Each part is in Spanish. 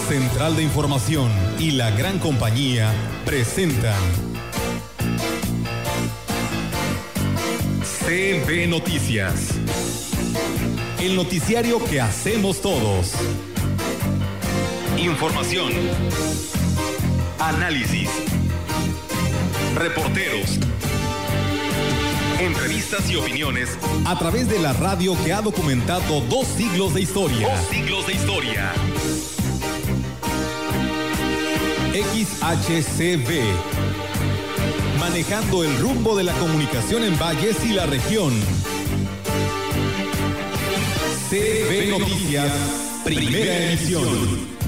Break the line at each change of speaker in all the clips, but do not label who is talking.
Central de Información y la Gran Compañía presentan CB Noticias, el noticiario que hacemos todos. Información, análisis, reporteros, entrevistas y opiniones a través de la radio que ha documentado 2 siglos de historia. 2 siglos de historia. XHCB, manejando el rumbo de la comunicación en Valles y la región. CB Noticias, primera edición.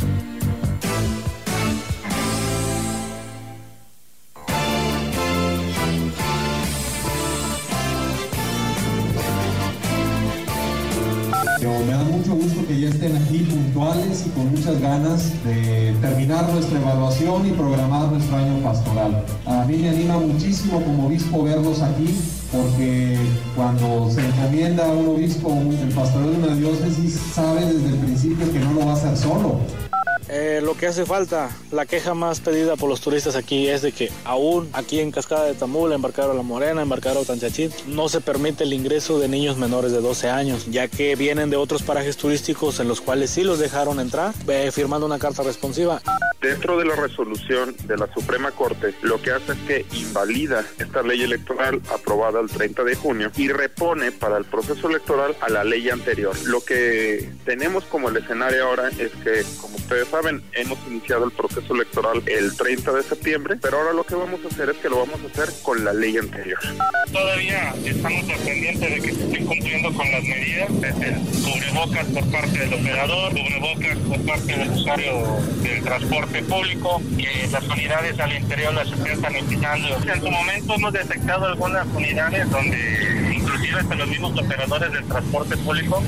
Me da mucho gusto que ya estén aquí puntuales y con muchas ganas de terminar nuestra evaluación y programar nuestro año pastoral. A mí me anima muchísimo como obispo verlos aquí, porque cuando se encomienda a un obispo el pastoreo de una diócesis, sabe desde el principio que no lo va a hacer solo.
Lo que hace falta, la queja más pedida por los turistas aquí es de que aún aquí en Cascada de Tamula, Embarcadero La Morena, Embarcadero Tanchachín, no se permite el ingreso de niños menores de 12 años, ya que vienen de otros parajes turísticos en los cuales sí los dejaron entrar, firmando una carta responsiva.
Dentro de la resolución de la Suprema Corte, lo que hace es que invalida esta ley electoral aprobada el 30 de junio y repone para el proceso electoral a la ley anterior. Lo que tenemos como el escenario ahora es que, como ustedes saben, hemos iniciado el proceso electoral el 30 de septiembre, pero ahora lo que vamos a hacer es que lo vamos a hacer con la ley anterior.
Todavía estamos pendientes de que se estén cumpliendo con las medidas, desde el cubrebocas por parte del operador, cubrebocas por parte del usuario del transporte público, que las unidades al interior las están sanitizando. En su momento hemos detectado algunas unidades donde inclusive hasta los mismos operadores del transporte público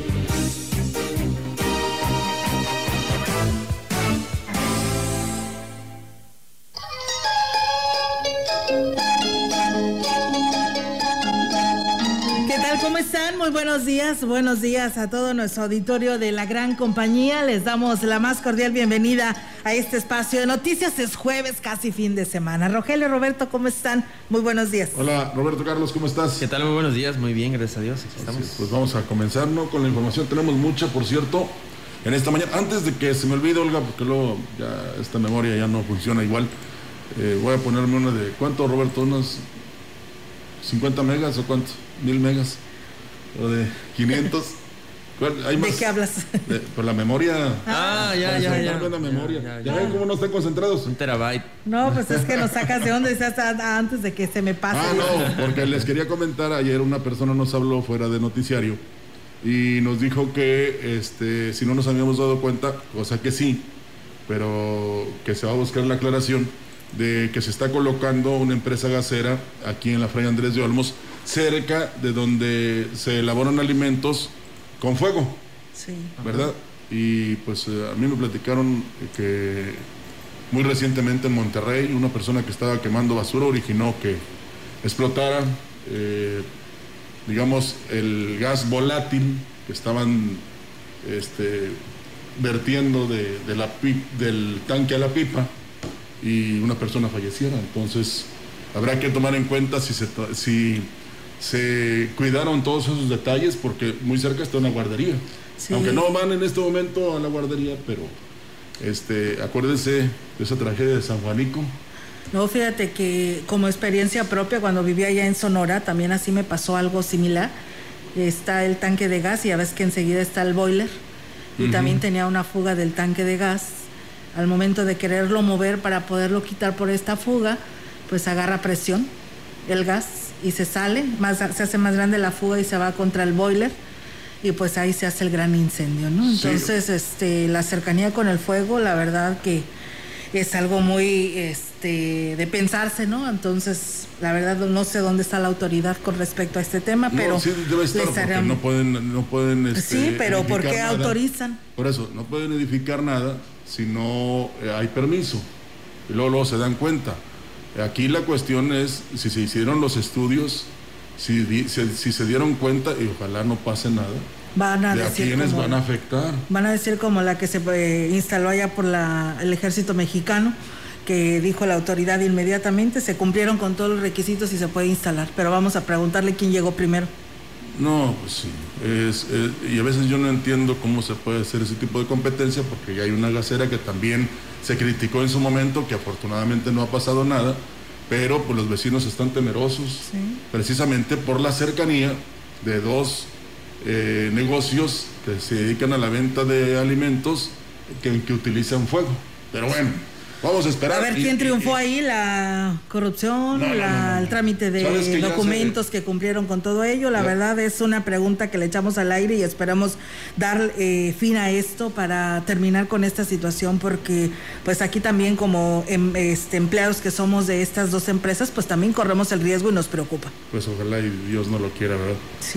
¿Cómo están? Muy buenos días a todo nuestro auditorio de la Gran Compañía. Les damos la más cordial bienvenida a este espacio de noticias. Es jueves, casi fin de semana. Rogelio, Roberto, ¿cómo están? Muy buenos días.
Hola, Roberto Carlos, ¿cómo estás?
¿Qué tal? Muy buenos días, muy bien, gracias a Dios, aquí estamos.
Así, pues vamos a comenzar, ¿no? Con la información, tenemos mucha, por cierto, en esta mañana. Antes de que se me olvide, Olga, porque luego ya esta memoria ya no funciona igual, voy a ponerme una de, ¿cuánto, Roberto? ¿Unos 50 megas o cuánto? ¿1000 megas? ¿O de 500? ¿Hay más?
¿De qué hablas?
Por la memoria.
Ya.
La memoria. Ya ven cómo no están concentrados.
1 terabyte.
No, pues es que nos sacas de onda hasta antes de que se me pase.
No, porque les quería comentar, ayer una persona nos habló fuera de noticiario y nos dijo que si no nos habíamos dado cuenta, cosa que sí, pero que se va a buscar la aclaración de que se está colocando una empresa gasera aquí en la Fray Andrés de Olmos, cerca de donde se elaboran alimentos con fuego,
sí,
¿verdad? Y pues a mí me platicaron que muy recientemente en Monterrey una persona que estaba quemando basura originó que explotara, digamos, el gas volátil que estaban vertiendo del tanque a la pipa y una persona falleciera. Entonces habrá que tomar en cuenta si se cuidaron todos esos detalles, porque muy cerca está una guardería. Sí. Aunque no van en este momento a la guardería, pero acuérdense de esa tragedia de San Juanico.
No, fíjate que como experiencia propia, cuando vivía allá en Sonora, también así me pasó algo similar. Está el tanque de gas y ya ves que enseguida está el boiler, y también tenía una fuga del tanque de gas. Al momento de quererlo mover para poderlo quitar por esta fuga, pues agarra presión el gas y se sale, se hace más grande la fuga y se va contra el boiler, y pues ahí se hace el gran incendio, ¿no? Entonces, sí. La cercanía con el fuego, la verdad que es algo muy de pensarse, ¿no? Entonces, la verdad no sé dónde está la autoridad con respecto a este tema, pero
sí debe estar, porque no pueden
sí, pero ¿por qué nada autorizan?
Por eso, no pueden edificar nada si no hay permiso, y luego se dan cuenta. Aquí la cuestión es si se hicieron los estudios, si se dieron cuenta, y ojalá no pase nada,
Van a
¿De a
decir
quiénes
como,
van a afectar?
Van a decir como la que se instaló allá por el ejército mexicano, que dijo la autoridad inmediatamente, se cumplieron con todos los requisitos y se puede instalar. Pero vamos a preguntarle quién llegó primero.
No, pues sí. Y a veces yo no entiendo cómo se puede hacer ese tipo de competencia, porque ya hay una gasera que también se criticó en su momento, que afortunadamente no ha pasado nada, pero pues los vecinos están temerosos, sí, precisamente por la cercanía de dos negocios que se dedican a la venta de alimentos que utilizan fuego. Pero bueno, vamos a esperar.
A ver quién triunfó ahí, la corrupción, el trámite de documentos que cumplieron con todo ello. La verdad es una pregunta que le echamos al aire y esperamos dar fin a esto para terminar con esta situación, porque pues aquí también como empleados que somos de estas dos empresas, pues también corremos el riesgo y nos preocupa.
Pues ojalá y Dios no lo quiera, ¿verdad?
Sí.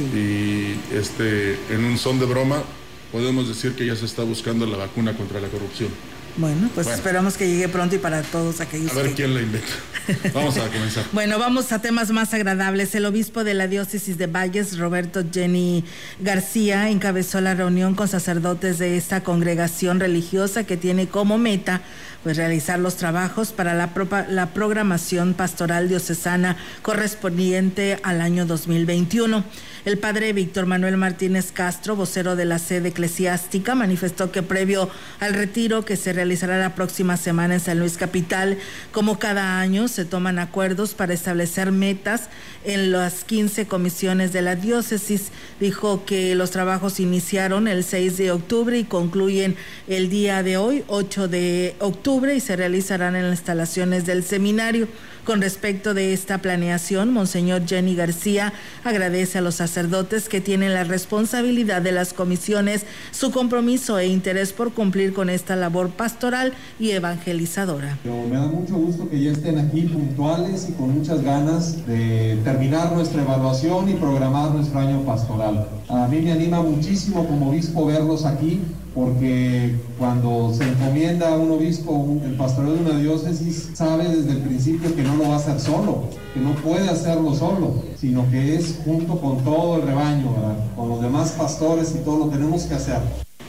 Y en un son de broma podemos decir que ya se está buscando la vacuna contra la corrupción.
Bueno, pues esperamos que llegue pronto y para todos aquellos.
A ver quién la inventa. Vamos a comenzar.
Bueno, vamos a temas más agradables. El obispo de la diócesis de Valles, Roberto Jenny García, encabezó la reunión con sacerdotes de esta congregación religiosa que tiene como meta pues realizar los trabajos para la programación pastoral diocesana correspondiente al año 2021. El padre Víctor Manuel Martínez Castro, vocero de la sede eclesiástica, manifestó que previo al retiro que se realizará la próxima semana en San Luis Capital, como cada año se toman acuerdos para establecer metas en las 15 comisiones de la diócesis. Dijo que los trabajos iniciaron el 6 de octubre y concluyen el día de hoy, 8 de octubre, y se realizarán en las instalaciones del seminario. Con respecto de esta planeación, Monseñor Jenny García agradece a los sacerdotes que tienen la responsabilidad de las comisiones su compromiso e interés por cumplir con esta labor pastoral y evangelizadora.
Pero me da mucho gusto que ya estén aquí puntuales y con muchas ganas de terminar nuestra evaluación y programar nuestro año pastoral. A mí me anima muchísimo como obispo verlos aquí, porque cuando se encomienda a un obispo el pastoreo de una diócesis, sabe desde el principio que no lo va a hacer solo, que no puede hacerlo solo, sino que es junto con todo el rebaño, ¿verdad? Con los demás pastores y todo lo tenemos que hacer.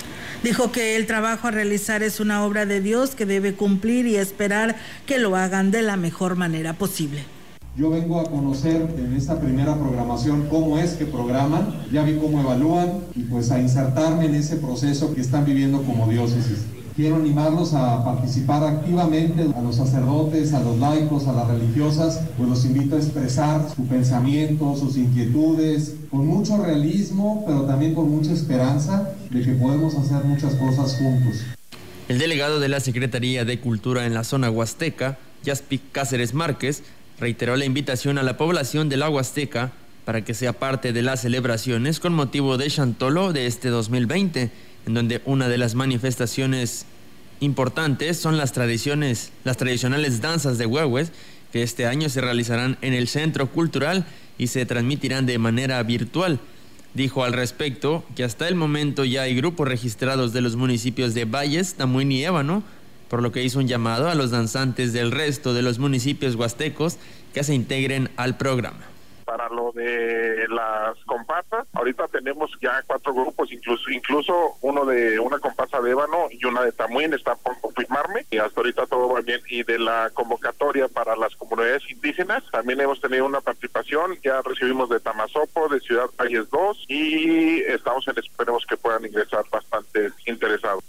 Dijo que el trabajo a realizar es una obra de Dios que debe cumplir y esperar que lo hagan de la mejor manera posible.
Yo vengo a conocer en esta primera programación cómo es que programan, ya vi cómo evalúan y pues a insertarme en ese proceso que están viviendo como diócesis. Quiero animarlos a participar activamente, a los sacerdotes, a los laicos, a las religiosas, pues los invito a expresar su pensamiento, sus inquietudes, con mucho realismo, pero también con mucha esperanza de que podemos hacer muchas cosas juntos.
El delegado de la Secretaría de Cultura en la zona huasteca, Yaspic Cáceres Márquez, reiteró la invitación a la población de la Huasteca para que sea parte de las celebraciones con motivo de Chantolo de este 2020, en donde una de las manifestaciones importantes son las tradicionales danzas de huehues, que este año se realizarán en el Centro Cultural y se transmitirán de manera virtual. Dijo al respecto que hasta el momento ya hay grupos registrados de los municipios de Valles, Tamuín y Ébano, por lo que hizo un llamado a los danzantes del resto de los municipios huastecos que se integren al programa.
Para lo de las comparsas, ahorita tenemos ya 4 grupos, incluso uno de una comparsa de Ébano y una de Tamuín está por confirmarme, y hasta ahorita todo va bien. Y de la convocatoria para las comunidades indígenas, también hemos tenido una participación, ya recibimos de Tamazopo, de Ciudad Valles 2, y esperemos que puedan ingresar bastantes interesados.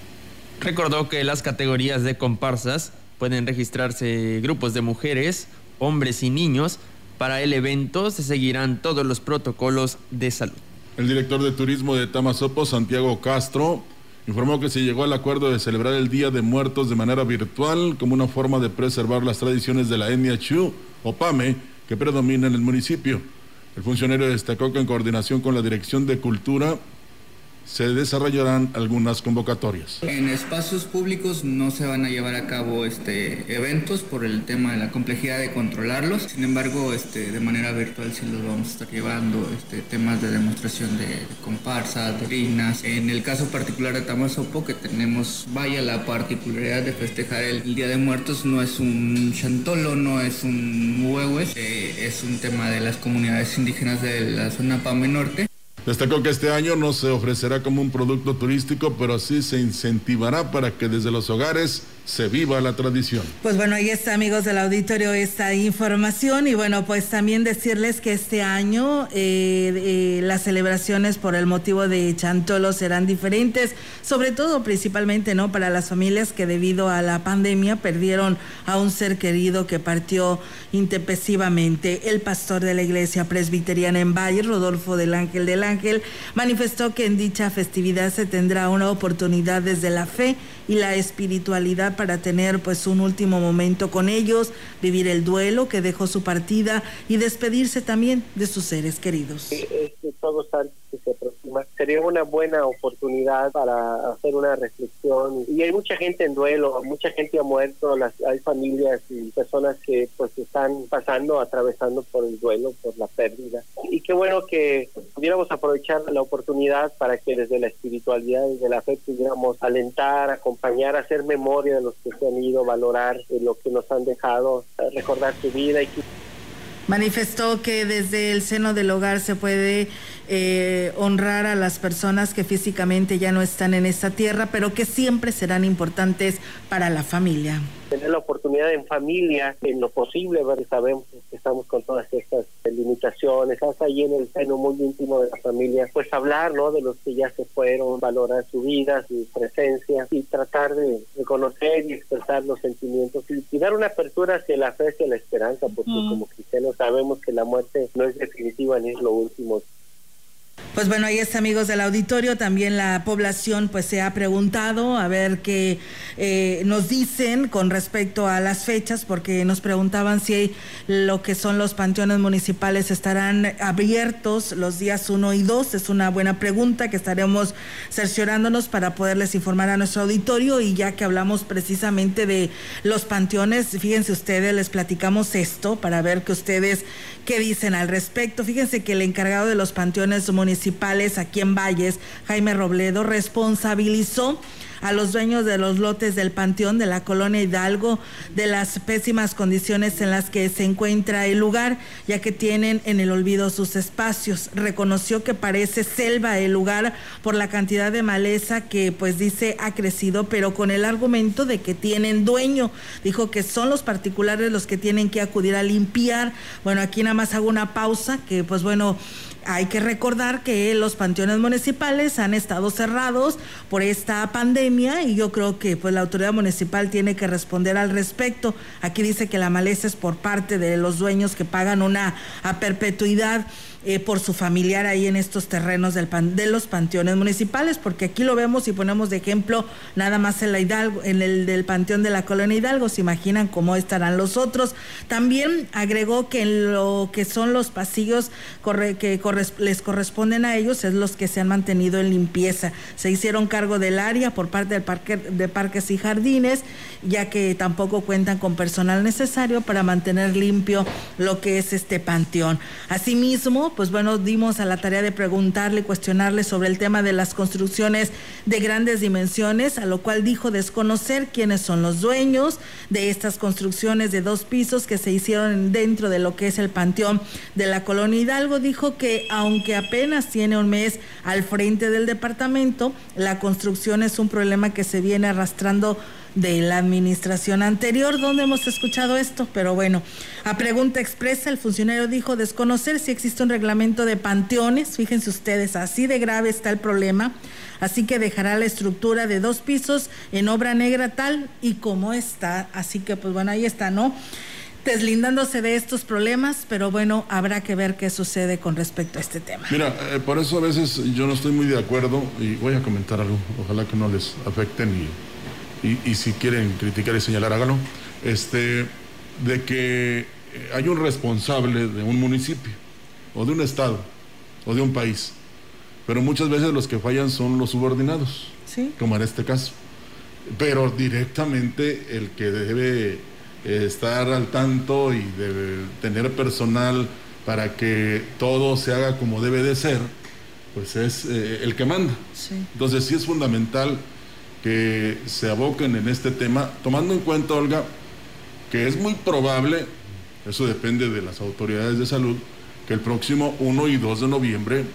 Recordó que las categorías de comparsas pueden registrarse grupos de mujeres, hombres y niños. Para el evento se seguirán todos los protocolos de salud.
El director de turismo de Tamazopo, Santiago Castro, informó que se llegó al acuerdo de celebrar el Día de Muertos de manera virtual como una forma de preservar las tradiciones de la etnia Chu o Pame que predomina en el municipio. El funcionario destacó que en coordinación con la Dirección de Cultura se desarrollarán algunas convocatorias.
En espacios públicos no se van a llevar a cabo eventos por el tema de la complejidad de controlarlos. Sin embargo, de manera virtual sí los vamos a estar llevando, temas de demostración de comparsas, de rinas. En el caso particular de Tamazopo, que tenemos, la particularidad de festejar el Día de Muertos, no es un chantolo, no es un huehues, es un tema de las comunidades indígenas de la zona Pame Norte.
Destacó que este año no se ofrecerá como un producto turístico, pero sí se incentivará para que desde los hogares se viva la tradición.
Pues bueno, ahí está, amigos del auditorio, esta información. Y bueno, pues también decirles que este año las celebraciones por el motivo de Chantolo serán diferentes, sobre todo principalmente, ¿no?, para las familias que debido a la pandemia perdieron a un ser querido que partió intempestivamente. El pastor de la iglesia presbiteriana en Valle, Rodolfo del Ángel, manifestó que en dicha festividad se tendrá una oportunidad desde la fe y la espiritualidad para tener pues un último momento con ellos, vivir el duelo que dejó su partida y despedirse también de sus seres queridos.
Todos Santos que se aproxima, sería una buena oportunidad para hacer una reflexión, y hay mucha gente en duelo, mucha gente ha muerto, hay familias y personas que pues están atravesando por el duelo, por la pérdida, y qué bueno que pudiéramos aprovechar la oportunidad para que desde la espiritualidad, desde la fe, pudiéramos alentar, acompañar, hacer memoria de los que se han ido, valorar lo que nos han dejado, recordar su vida.
Manifestó que desde el seno del hogar se puede honrar a las personas que físicamente ya no están en esta tierra, pero que siempre serán importantes para la familia.
Tener la oportunidad en familia, en lo posible, ¿verdad? Sabemos que estamos con todas estas limitaciones, hasta ahí en el seno muy íntimo de la familia, pues hablar, ¿no?, de los que ya se fueron, valorar su vida, su presencia, y tratar de reconocer y expresar los sentimientos y dar una apertura hacia la fe, hacia la esperanza, porque como cristianos sabemos que la muerte no es definitiva ni es lo último.
Pues bueno, ahí está, amigos del auditorio. También la población pues se ha preguntado a ver qué nos dicen con respecto a las fechas, porque nos preguntaban si lo que son los panteones municipales estarán abiertos los días 1 y 2. Es una buena pregunta que estaremos cerciorándonos para poderles informar a nuestro auditorio. Y ya que hablamos precisamente de los panteones, fíjense ustedes, les platicamos esto para ver que ustedes qué dicen al respecto. Fíjense que el encargado de los panteones municipales aquí en Valles, Jaime Robledo, responsabilizó a los dueños de los lotes del panteón de la colonia Hidalgo de las pésimas condiciones en las que se encuentra el lugar, ya que tienen en el olvido sus espacios. Reconoció que parece selva el lugar por la cantidad de maleza que pues dice ha crecido, pero con el argumento de que tienen dueño. Dijo que son los particulares los que tienen que acudir a limpiar. Bueno, aquí nada más hago una pausa, que pues bueno, hay que recordar que los panteones municipales han estado cerrados por esta pandemia, y yo creo que pues la autoridad municipal tiene que responder al respecto. Aquí dice que la maleza es por parte de los dueños que pagan una a perpetuidad por su familiar ahí en estos terrenos de los panteones municipales, porque aquí lo vemos y ponemos de ejemplo nada más en la Hidalgo, en el del panteón de la colonia Hidalgo. Se imaginan cómo estarán los otros. También agregó que en lo que son los pasillos les corresponden a ellos es los que se han mantenido en limpieza. Se hicieron cargo del área por parte de Parques y Jardines, ya que tampoco cuentan con personal necesario para mantener limpio lo que es este panteón. Asimismo, pues bueno, dimos a la tarea de preguntarle, cuestionarle sobre el tema de las construcciones de grandes dimensiones, a lo cual dijo desconocer quiénes son los dueños de estas construcciones de 2 pisos que se hicieron dentro de lo que es el panteón de la colonia Hidalgo. Dijo que aunque apenas tiene un mes al frente del departamento, la construcción es un problema que se viene arrastrando de la administración anterior. ¿Dónde hemos escuchado esto? Pero bueno, a pregunta expresa, el funcionario dijo desconocer si existe un reglamento de panteones. Fíjense ustedes, así de grave está el problema, así que dejará la estructura de 2 pisos en obra negra tal y como está. Así que pues bueno, ahí está, ¿no?, deslindándose de estos problemas, pero bueno, habrá que ver qué sucede con respecto a este tema. Mira,
por eso a veces yo no estoy muy de acuerdo, y voy a comentar algo, ojalá que no les afecten, y si quieren criticar y señalar, háganlo, de que hay un responsable de un municipio, o de un estado, o de un país, pero muchas veces los que fallan son los subordinados, ¿sí?, como en este caso, pero directamente el que debe estar al tanto y debe tener personal para que todo se haga como debe de ser, pues es el que manda. Sí. Entonces sí es fundamental que se aboquen en este tema, tomando en cuenta, Olga, que es muy probable, eso depende de las autoridades de salud, que el próximo 1 y 2 de noviembre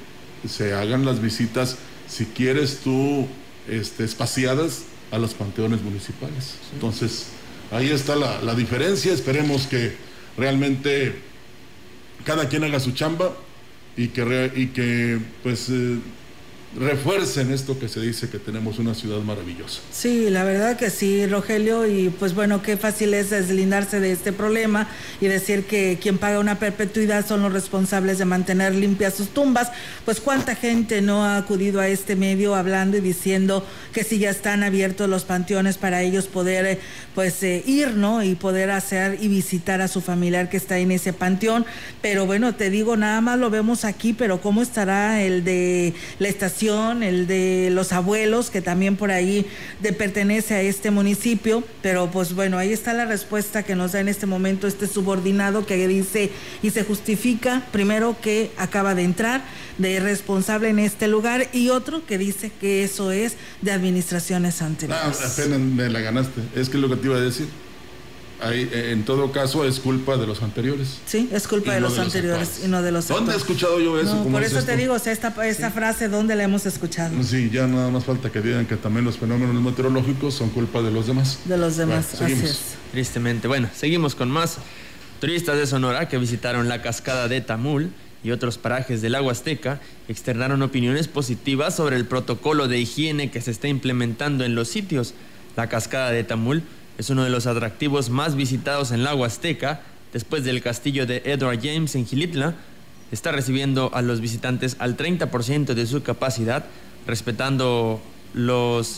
se hagan las visitas, si quieres tú, espaciadas a los panteones municipales. Sí. Entonces, ahí está la diferencia. Esperemos que realmente cada quien haga su chamba y que pues refuercen esto que se dice que tenemos una ciudad maravillosa.
Sí, la verdad que sí, Rogelio, y pues bueno, qué fácil es deslindarse de este problema y decir que quien paga una perpetuidad son los responsables de mantener limpias sus tumbas. Pues cuánta gente no ha acudido a este medio hablando y diciendo que si ya están abiertos los panteones para ellos poder ir, ¿no? Y poder hacer y visitar a su familiar que está en ese panteón. Pero bueno, te digo, nada más lo vemos aquí, pero ¿cómo estará el de la estación, el de los abuelos, que también por ahí pertenece a este municipio? Pero pues bueno, ahí está la respuesta que nos da en este momento este subordinado que dice y se justifica, primero que acaba de entrar de responsable en este lugar, y otro que dice que eso es de administraciones anteriores.
Apenas me la ganaste, es que es lo que te iba a decir. Ahí, en todo caso, es culpa de los anteriores.
Sí, es culpa de los anteriores y no de los
actuales. ¿Dónde he escuchado yo eso?
No, por eso te digo, o sea, esta frase, ¿dónde la hemos escuchado?
Sí, ya nada más falta que digan que también los fenómenos meteorológicos son culpa de los demás.
De los demás, bueno, así es.
Tristemente. Bueno, seguimos con más. Turistas de Sonora que visitaron la cascada de Tamul y otros parajes del Agua Azteca externaron opiniones positivas sobre el protocolo de higiene que se está implementando en los sitios. La cascada de Tamul es uno de los atractivos más visitados en la Agua Azteca, después del castillo de Edward James en Xilitla. Está recibiendo a los visitantes al 30% de su capacidad, respetando los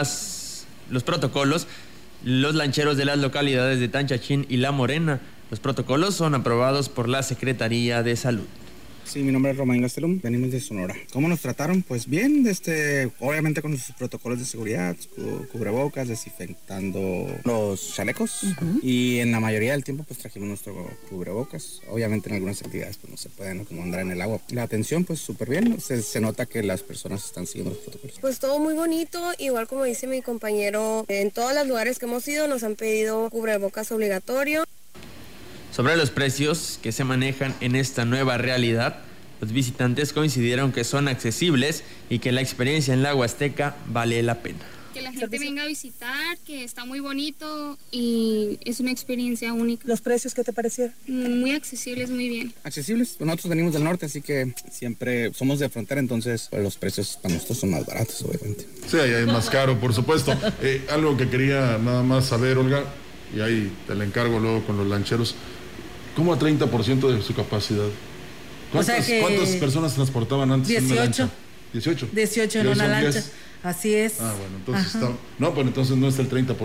protocolos. Los lancheros de las localidades de Tanchachín y La Morena. Los protocolos son aprobados por la Secretaría de Salud.
Sí, mi nombre es Román Gastelum, venimos de Sonora. ¿Cómo nos trataron? Pues bien, obviamente con sus protocolos de seguridad, cubrebocas, desinfectando los chalecos, y en la mayoría del tiempo pues trajimos nuestro cubrebocas. Obviamente en algunas actividades pues no se pueden como andar en el agua. La atención pues súper bien, se nota que las personas están siguiendo los protocolos.
Pues todo muy bonito, igual como dice mi compañero, en todos los lugares que hemos ido nos han pedido cubrebocas obligatorio.
Sobre los precios que se manejan en esta nueva realidad, los visitantes coincidieron que son accesibles y que la experiencia en la Agua Azteca vale la pena.
Que la gente venga a visitar, que está muy bonito y es una experiencia única.
¿Los precios qué te parecieron?
Muy accesibles, muy bien.
Accesibles, nosotros venimos del norte, así que siempre somos de frontera, entonces los precios para nosotros son más baratos, obviamente.
Sí, ahí es más caro, por supuesto. Algo que quería nada más saber, Olga, y ahí te la encargo luego con los lancheros. ¿Cómo a 30% de su capacidad? ¿Cuántas personas transportaban antes
18.
en una lancha? 18.
18 en una lancha. 10. Así es.
Ah, bueno, entonces pero entonces no es el 30%.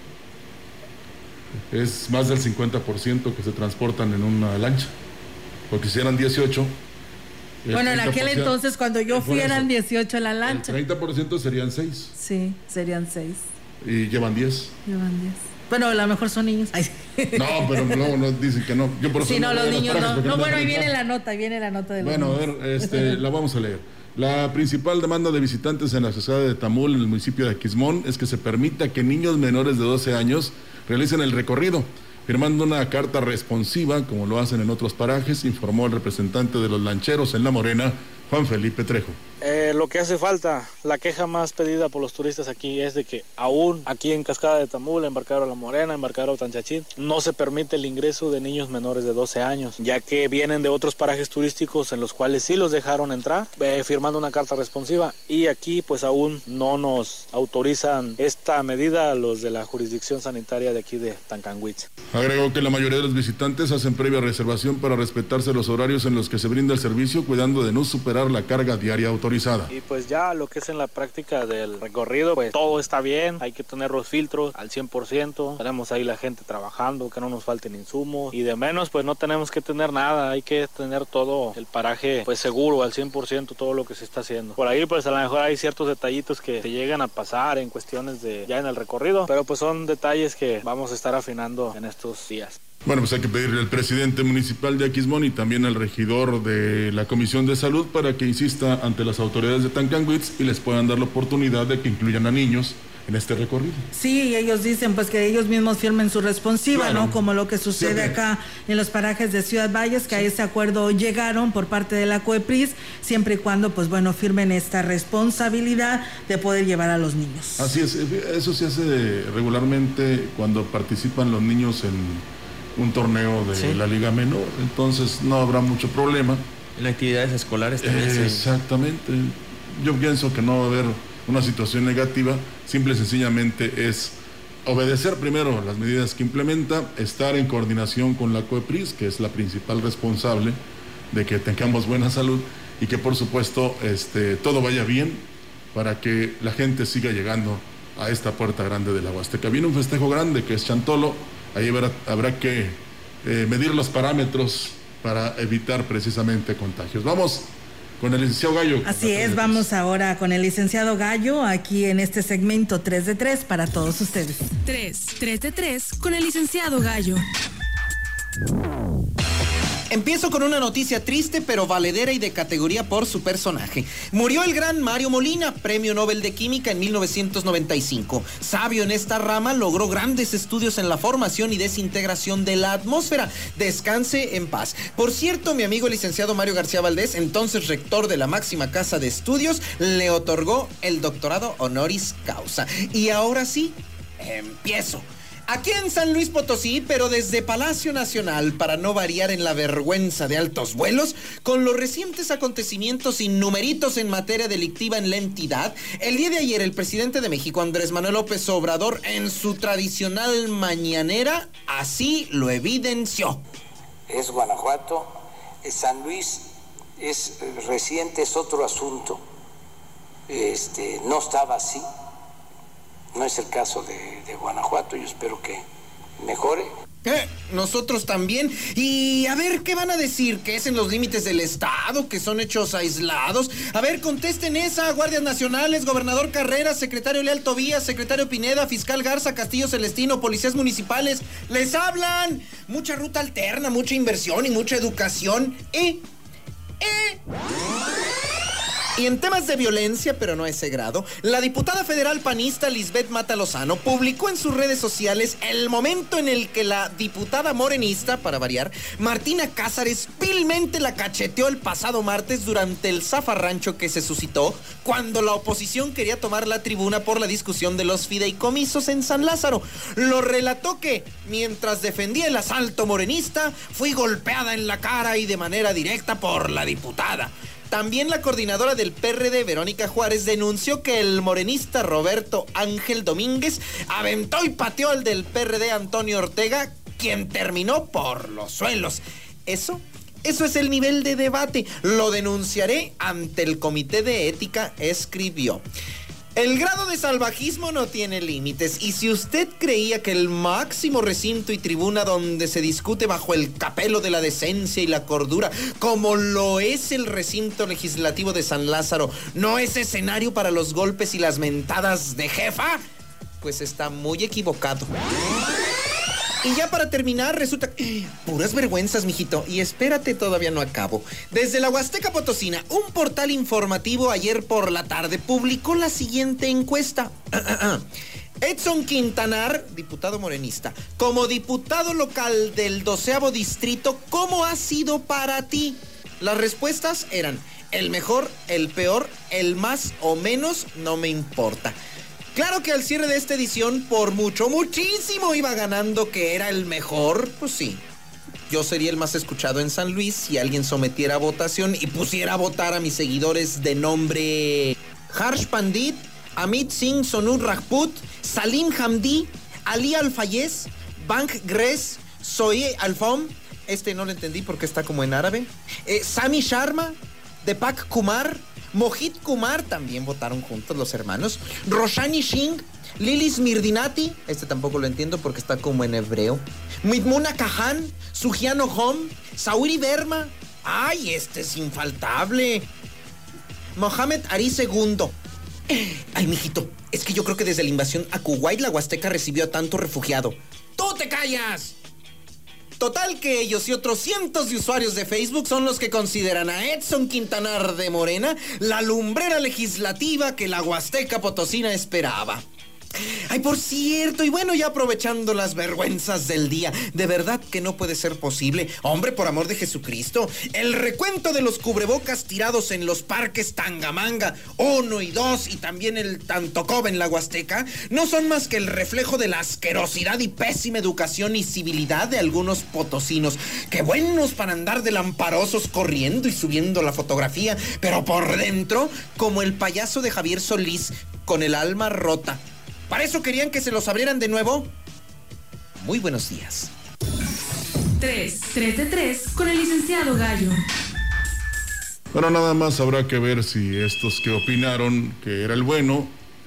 Es más del 50% que se transportan en una lancha. Porque si eran 18.
Bueno, en aquel entonces cuando yo fui eran 18 en la lancha.
El 30% serían 6.
Sí, serían 6.
Y llevan 10.
Llevan 10. Bueno, a lo mejor son niños. Ay.
No, pero luego nos dicen que no. Yo por eso
sí, no, los niños no. No, bueno, ahí viene la nota de los
niños. A ver, la vamos a leer. La principal demanda de visitantes en la cascada de Tamul, en el municipio de Aquismón, es que se permita que niños menores de 12 años realicen el recorrido, firmando una carta responsiva, como lo hacen en otros parajes, informó el representante de los lancheros en La Morena, Juan Felipe Trejo.
Lo que hace falta, la queja más pedida por los turistas aquí es de que aún aquí en Cascada de Tamul, Embarcadero La Morena, Embarcadero Tanchachín, no se permite el ingreso de niños menores de 12 años, ya que vienen de otros parajes turísticos en los cuales sí los dejaron entrar, firmando una carta responsiva, y aquí pues aún no nos autorizan esta medida los de la jurisdicción sanitaria de aquí de Tancanwitz.
Agregó que la mayoría de los visitantes hacen previa reservación para respetarse los horarios en los que se brinda el servicio, cuidando de no superar la carga diaria autorizada.
Y pues ya lo que es en la práctica del recorrido, pues todo está bien, hay que tener los filtros al 100%, tenemos ahí la gente trabajando, que no nos falten insumos, y de menos pues no tenemos que tener nada, hay que tener todo el paraje pues seguro al 100% todo lo que se está haciendo. Por ahí pues a lo mejor hay ciertos detallitos que se llegan a pasar en cuestiones de ya en el recorrido, pero pues son detalles que vamos a estar afinando en estos días.
Bueno, pues hay que pedirle al presidente municipal de Aquismón y también al regidor de la Comisión de Salud para que insista ante las autoridades de Tancanwitz y les puedan dar la oportunidad de que incluyan a niños en este recorrido.
Sí, ellos dicen pues que ellos mismos firmen su responsiva, claro, ¿no? Como lo que sucede siempre acá en los parajes de Ciudad Valles, que a ese acuerdo llegaron por parte de la COEPRIS, siempre y cuando pues bueno, firmen esta responsabilidad de poder llevar a los niños.
Así es, eso se hace regularmente cuando participan los niños en un torneo de la Liga Menor, entonces no habrá mucho problema.
En actividades escolares también.
Exactamente. Yo pienso que no va a haber una situación negativa, simple y sencillamente es obedecer primero las medidas que implementa, estar en coordinación con la COEPRIS, que es la principal responsable de que tengamos buena salud y que por supuesto todo vaya bien para que la gente siga llegando a esta puerta grande de la Huasteca. Viene un festejo grande que es Chantolo, ahí habrá que medir los parámetros para evitar precisamente contagios. Vamos con el licenciado Gallo.
Así es, vamos ahora con el licenciado Gallo, aquí en este segmento 3 de 3 para todos ustedes.
3 de 3 con el licenciado Gallo.
Empiezo con una noticia triste pero valedera y de categoría por su personaje. Murió el gran Mario Molina, Premio Nobel de Química en 1995. Sabio en esta rama, logró grandes estudios en la formación y desintegración de la atmósfera. Descanse en paz. Por cierto, mi amigo el licenciado Mario García Valdés, entonces rector de la máxima casa de estudios, le otorgó el doctorado honoris causa. Y ahora sí, empiezo. Aquí en San Luis Potosí, pero desde Palacio Nacional, para no variar en la vergüenza de altos vuelos, con los recientes acontecimientos innumeritos en materia delictiva en la entidad, el día de ayer el presidente de México, Andrés Manuel López Obrador, en su tradicional mañanera, así lo evidenció.
Es Guanajuato, es San Luis, es reciente, es otro asunto. No estaba así. No es el caso de Guanajuato, yo espero que mejore.
Nosotros también. Y a ver, ¿qué van a decir? ¿Que es en los límites del estado? ¿Que son hechos aislados? A ver, contesten esa. Guardias Nacionales, Gobernador Carreras, Secretario Leal Tobías, Secretario Pineda, Fiscal Garza, Castillo Celestino, Policías Municipales. ¡Les hablan! Mucha ruta alterna, mucha inversión y mucha educación. Y en temas de violencia, pero no a ese grado, la diputada federal panista Lisbeth Mata Lozano publicó en sus redes sociales el momento en el que la diputada morenista, para variar, Martina Cázares, vilmente la cacheteó el pasado martes durante el zafarrancho que se suscitó cuando la oposición quería tomar la tribuna por la discusión de los fideicomisos en San Lázaro. Lo relató que, mientras defendía el asalto morenista, fui golpeada en la cara y de manera directa por la diputada. También la coordinadora del PRD, Verónica Juárez, denunció que el morenista Roberto Ángel Domínguez aventó y pateó al del PRD, Antonio Ortega, quien terminó por los suelos. Eso es el nivel de debate. Lo denunciaré ante el Comité de Ética, escribió. El grado de salvajismo no tiene límites, y si usted creía que el máximo recinto y tribuna donde se discute bajo el capelo de la decencia y la cordura, como lo es el recinto legislativo de San Lázaro, no es escenario para los golpes y las mentadas de jefa, pues está muy equivocado. Y ya para terminar, resulta... Puras vergüenzas, mijito. Y espérate, todavía no acabo. Desde la Huasteca Potosina, un portal informativo ayer por la tarde publicó la siguiente encuesta. Edson Quintanar, diputado morenista, como diputado local del 12º distrito, ¿cómo ha sido para ti? Las respuestas eran: el mejor, el peor, el más o menos, no me importa. Claro que al cierre de esta edición, por muchísimo iba ganando que era el mejor. Pues sí, yo sería el más escuchado en San Luis si alguien sometiera a votación y pusiera a votar a mis seguidores de nombre Harsh Pandit, Amit Singh Sonur Rajput, Salim Hamdi, Ali Al-Fayez, Bank Gres, Zoe Alfom, no lo entendí porque está como en árabe, Sami Sharma, Deepak Kumar, Mohit Kumar, también votaron juntos los hermanos, Roshani Singh, Lilis Mirdinati, tampoco lo entiendo porque está como en hebreo, Midmuna Kahan, Sugiano Hom, Sauri Verma, ¡ay, es infaltable! Mohamed Ari II. Ay, mijito, es que yo creo que desde la invasión a Kuwait la Huasteca recibió a tanto refugiado. ¡Tú te callas! Total que ellos y otros cientos de usuarios de Facebook son los que consideran a Edson Quintanar de Morena la lumbrera legislativa que la Huasteca Potosina esperaba. Ay, por cierto, y bueno, ya aprovechando las vergüenzas del día, de verdad que no puede ser posible. Hombre, por amor de Jesucristo, el recuento de los cubrebocas tirados en los parques Tangamanga 1 y 2 y también el Tantocob en la Huasteca no son más que el reflejo de la asquerosidad y pésima educación y civilidad de algunos potosinos. Qué buenos para andar de lamparosos corriendo y subiendo la fotografía, pero por dentro, como el payaso de Javier Solís con el alma rota. ¿Para eso querían que se los abrieran de nuevo? Muy buenos días.
3 de 3 con el licenciado Gallo.
Bueno, nada más habrá que ver si estos que opinaron que era el bueno,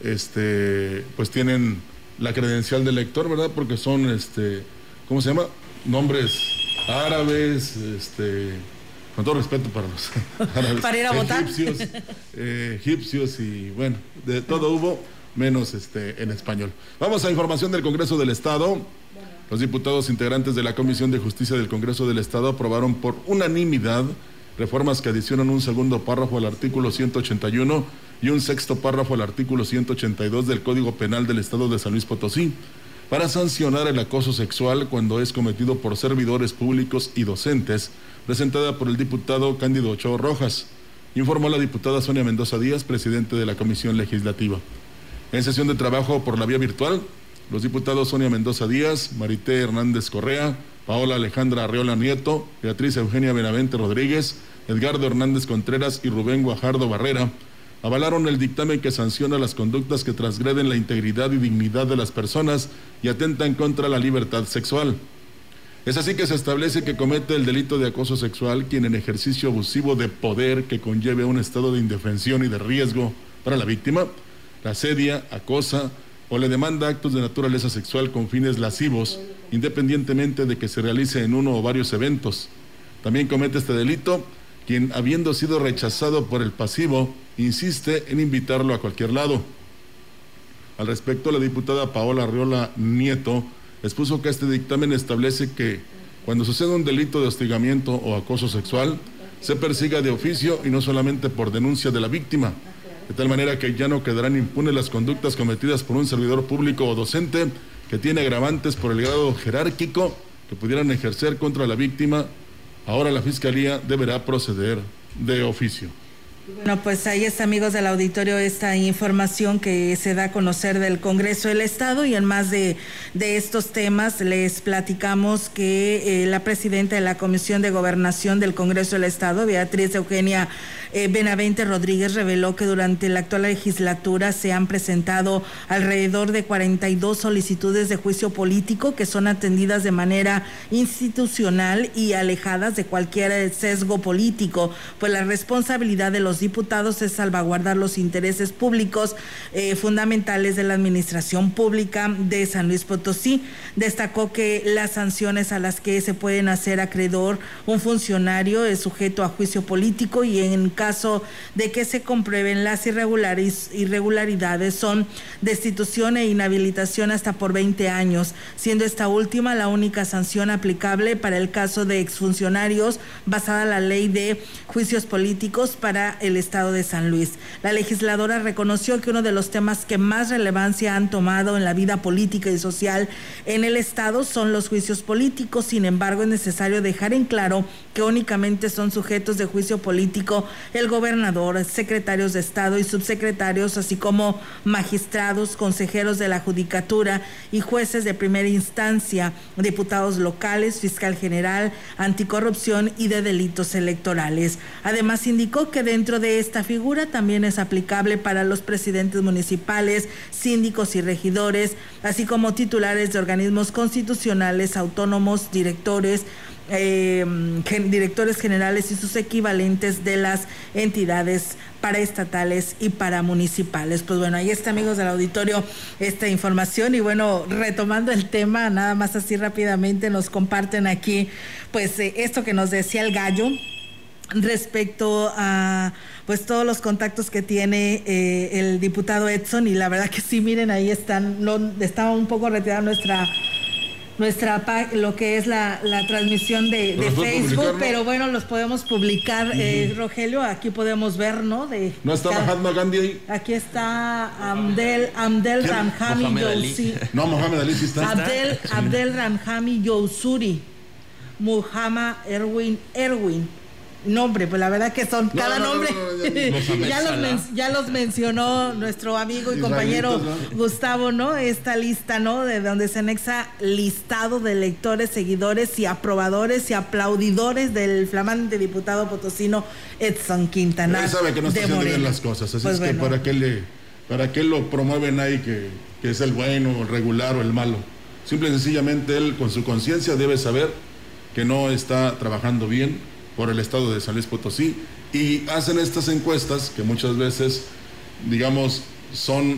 pues tienen la credencial de lector, ¿verdad? Porque son, ¿cómo se llama? Nombres árabes, con todo respeto para los árabes,
para ir a votar.
Egipcios y bueno, de todo hubo, menos en español. Vamos a información del Congreso del Estado. Los diputados integrantes de la Comisión de Justicia del Congreso del Estado aprobaron por unanimidad reformas que adicionan un segundo párrafo al artículo 181 y un sexto párrafo al artículo 182 del Código Penal del Estado de San Luis Potosí para sancionar el acoso sexual cuando es cometido por servidores públicos y docentes, presentada por el diputado Cándido Ochoa Rojas, informó la diputada Sonia Mendoza Díaz, presidente de la Comisión Legislativa. En sesión de trabajo por la vía virtual, los diputados Sonia Mendoza Díaz, Marité Hernández Correa, Paola Alejandra Arreola Nieto, Beatriz Eugenia Benavente Rodríguez, Edgardo Hernández Contreras y Rubén Guajardo Barrera avalaron el dictamen que sanciona las conductas que transgreden la integridad y dignidad de las personas y atentan contra la libertad sexual. Es así que se establece que comete el delito de acoso sexual quien en ejercicio abusivo de poder que conlleve un estado de indefensión y de riesgo para la víctima, la asedia, acosa o le demanda actos de naturaleza sexual con fines lascivos, independientemente de que se realice en uno o varios eventos. También comete este delito quien, habiendo sido rechazado por el pasivo, insiste en invitarlo a cualquier lado. Al respecto, la diputada Paola Arreola Nieto expuso que este dictamen establece que cuando sucede un delito de hostigamiento o acoso sexual, se persiga de oficio y no solamente por denuncia de la víctima, de tal manera que ya no quedarán impunes las conductas cometidas por un servidor público o docente que tiene agravantes por el grado jerárquico que pudieran ejercer contra la víctima. Ahora la Fiscalía deberá proceder de oficio.
Bueno, pues ahí está, amigos del auditorio, esta información que se da a conocer del Congreso del Estado, y en más de estos temas les platicamos que la presidenta de la Comisión de Gobernación del Congreso del Estado, Beatriz Eugenia Benavente Rodríguez, reveló que durante la actual legislatura se han presentado alrededor de 42 solicitudes de juicio político que son atendidas de manera institucional y alejadas de cualquier sesgo político, pues la responsabilidad de los diputados es salvaguardar los intereses públicos fundamentales de la administración pública de San Luis Potosí. Destacó que las sanciones a las que se pueden hacer acreedor un funcionario es sujeto a juicio político, y en caso de que se comprueben las irregularidades son destitución e inhabilitación hasta por 20 años, siendo esta última la única sanción aplicable para el caso de exfuncionarios basada en la ley de juicios políticos para el Estado de San Luis. La legisladora reconoció que uno de los temas que más relevancia han tomado en la vida política y social en el Estado son los juicios políticos. Sin embargo, es necesario dejar en claro que únicamente son sujetos de juicio político el gobernador, secretarios de Estado y subsecretarios, así como magistrados, consejeros de la Judicatura y jueces de primera instancia, diputados locales, fiscal general, anticorrupción y de delitos electorales. Además, indicó que dentro de esta figura también es aplicable para los presidentes municipales, síndicos y regidores, así como titulares de organismos constitucionales, autónomos, directores generales y sus equivalentes de las entidades paraestatales y paramunicipales. Pues bueno, ahí está, amigos del auditorio, esta información. Y bueno, retomando el tema, nada más así rápidamente nos comparten aquí pues esto que nos decía el Gallo respecto a pues todos los contactos que tiene el diputado Edson, y la verdad que sí, miren, ahí están, estaba un poco retirada lo que es la transmisión de Facebook, pero bueno, los podemos publicar, Rogelio, aquí podemos ver, ¿no?
¿No está Mahatma Gandhi ahí?
Aquí está Abdel Ramhami Yousuri.
No, Mohamed Ali sí está.
Abdel Ramhami Yousuri, Muhammad Erwin. Nombre, pues la verdad que son cada nombre. Ya los mencionó nuestro amigo y compañero Gustavo, ¿no? Esta lista, ¿no? De donde se anexa listado de lectores, seguidores y aprobadores y aplaudidores del flamante diputado potosino Edson Quintanar.
Él sabe que no está haciendo bien las cosas, así pues es bueno. Que para qué lo promueven ahí que es el bueno, el regular o el malo. Simple y sencillamente él con su conciencia debe saber que no está trabajando bien por el estado de San Luis Potosí, y hacen estas encuestas que muchas veces, digamos, son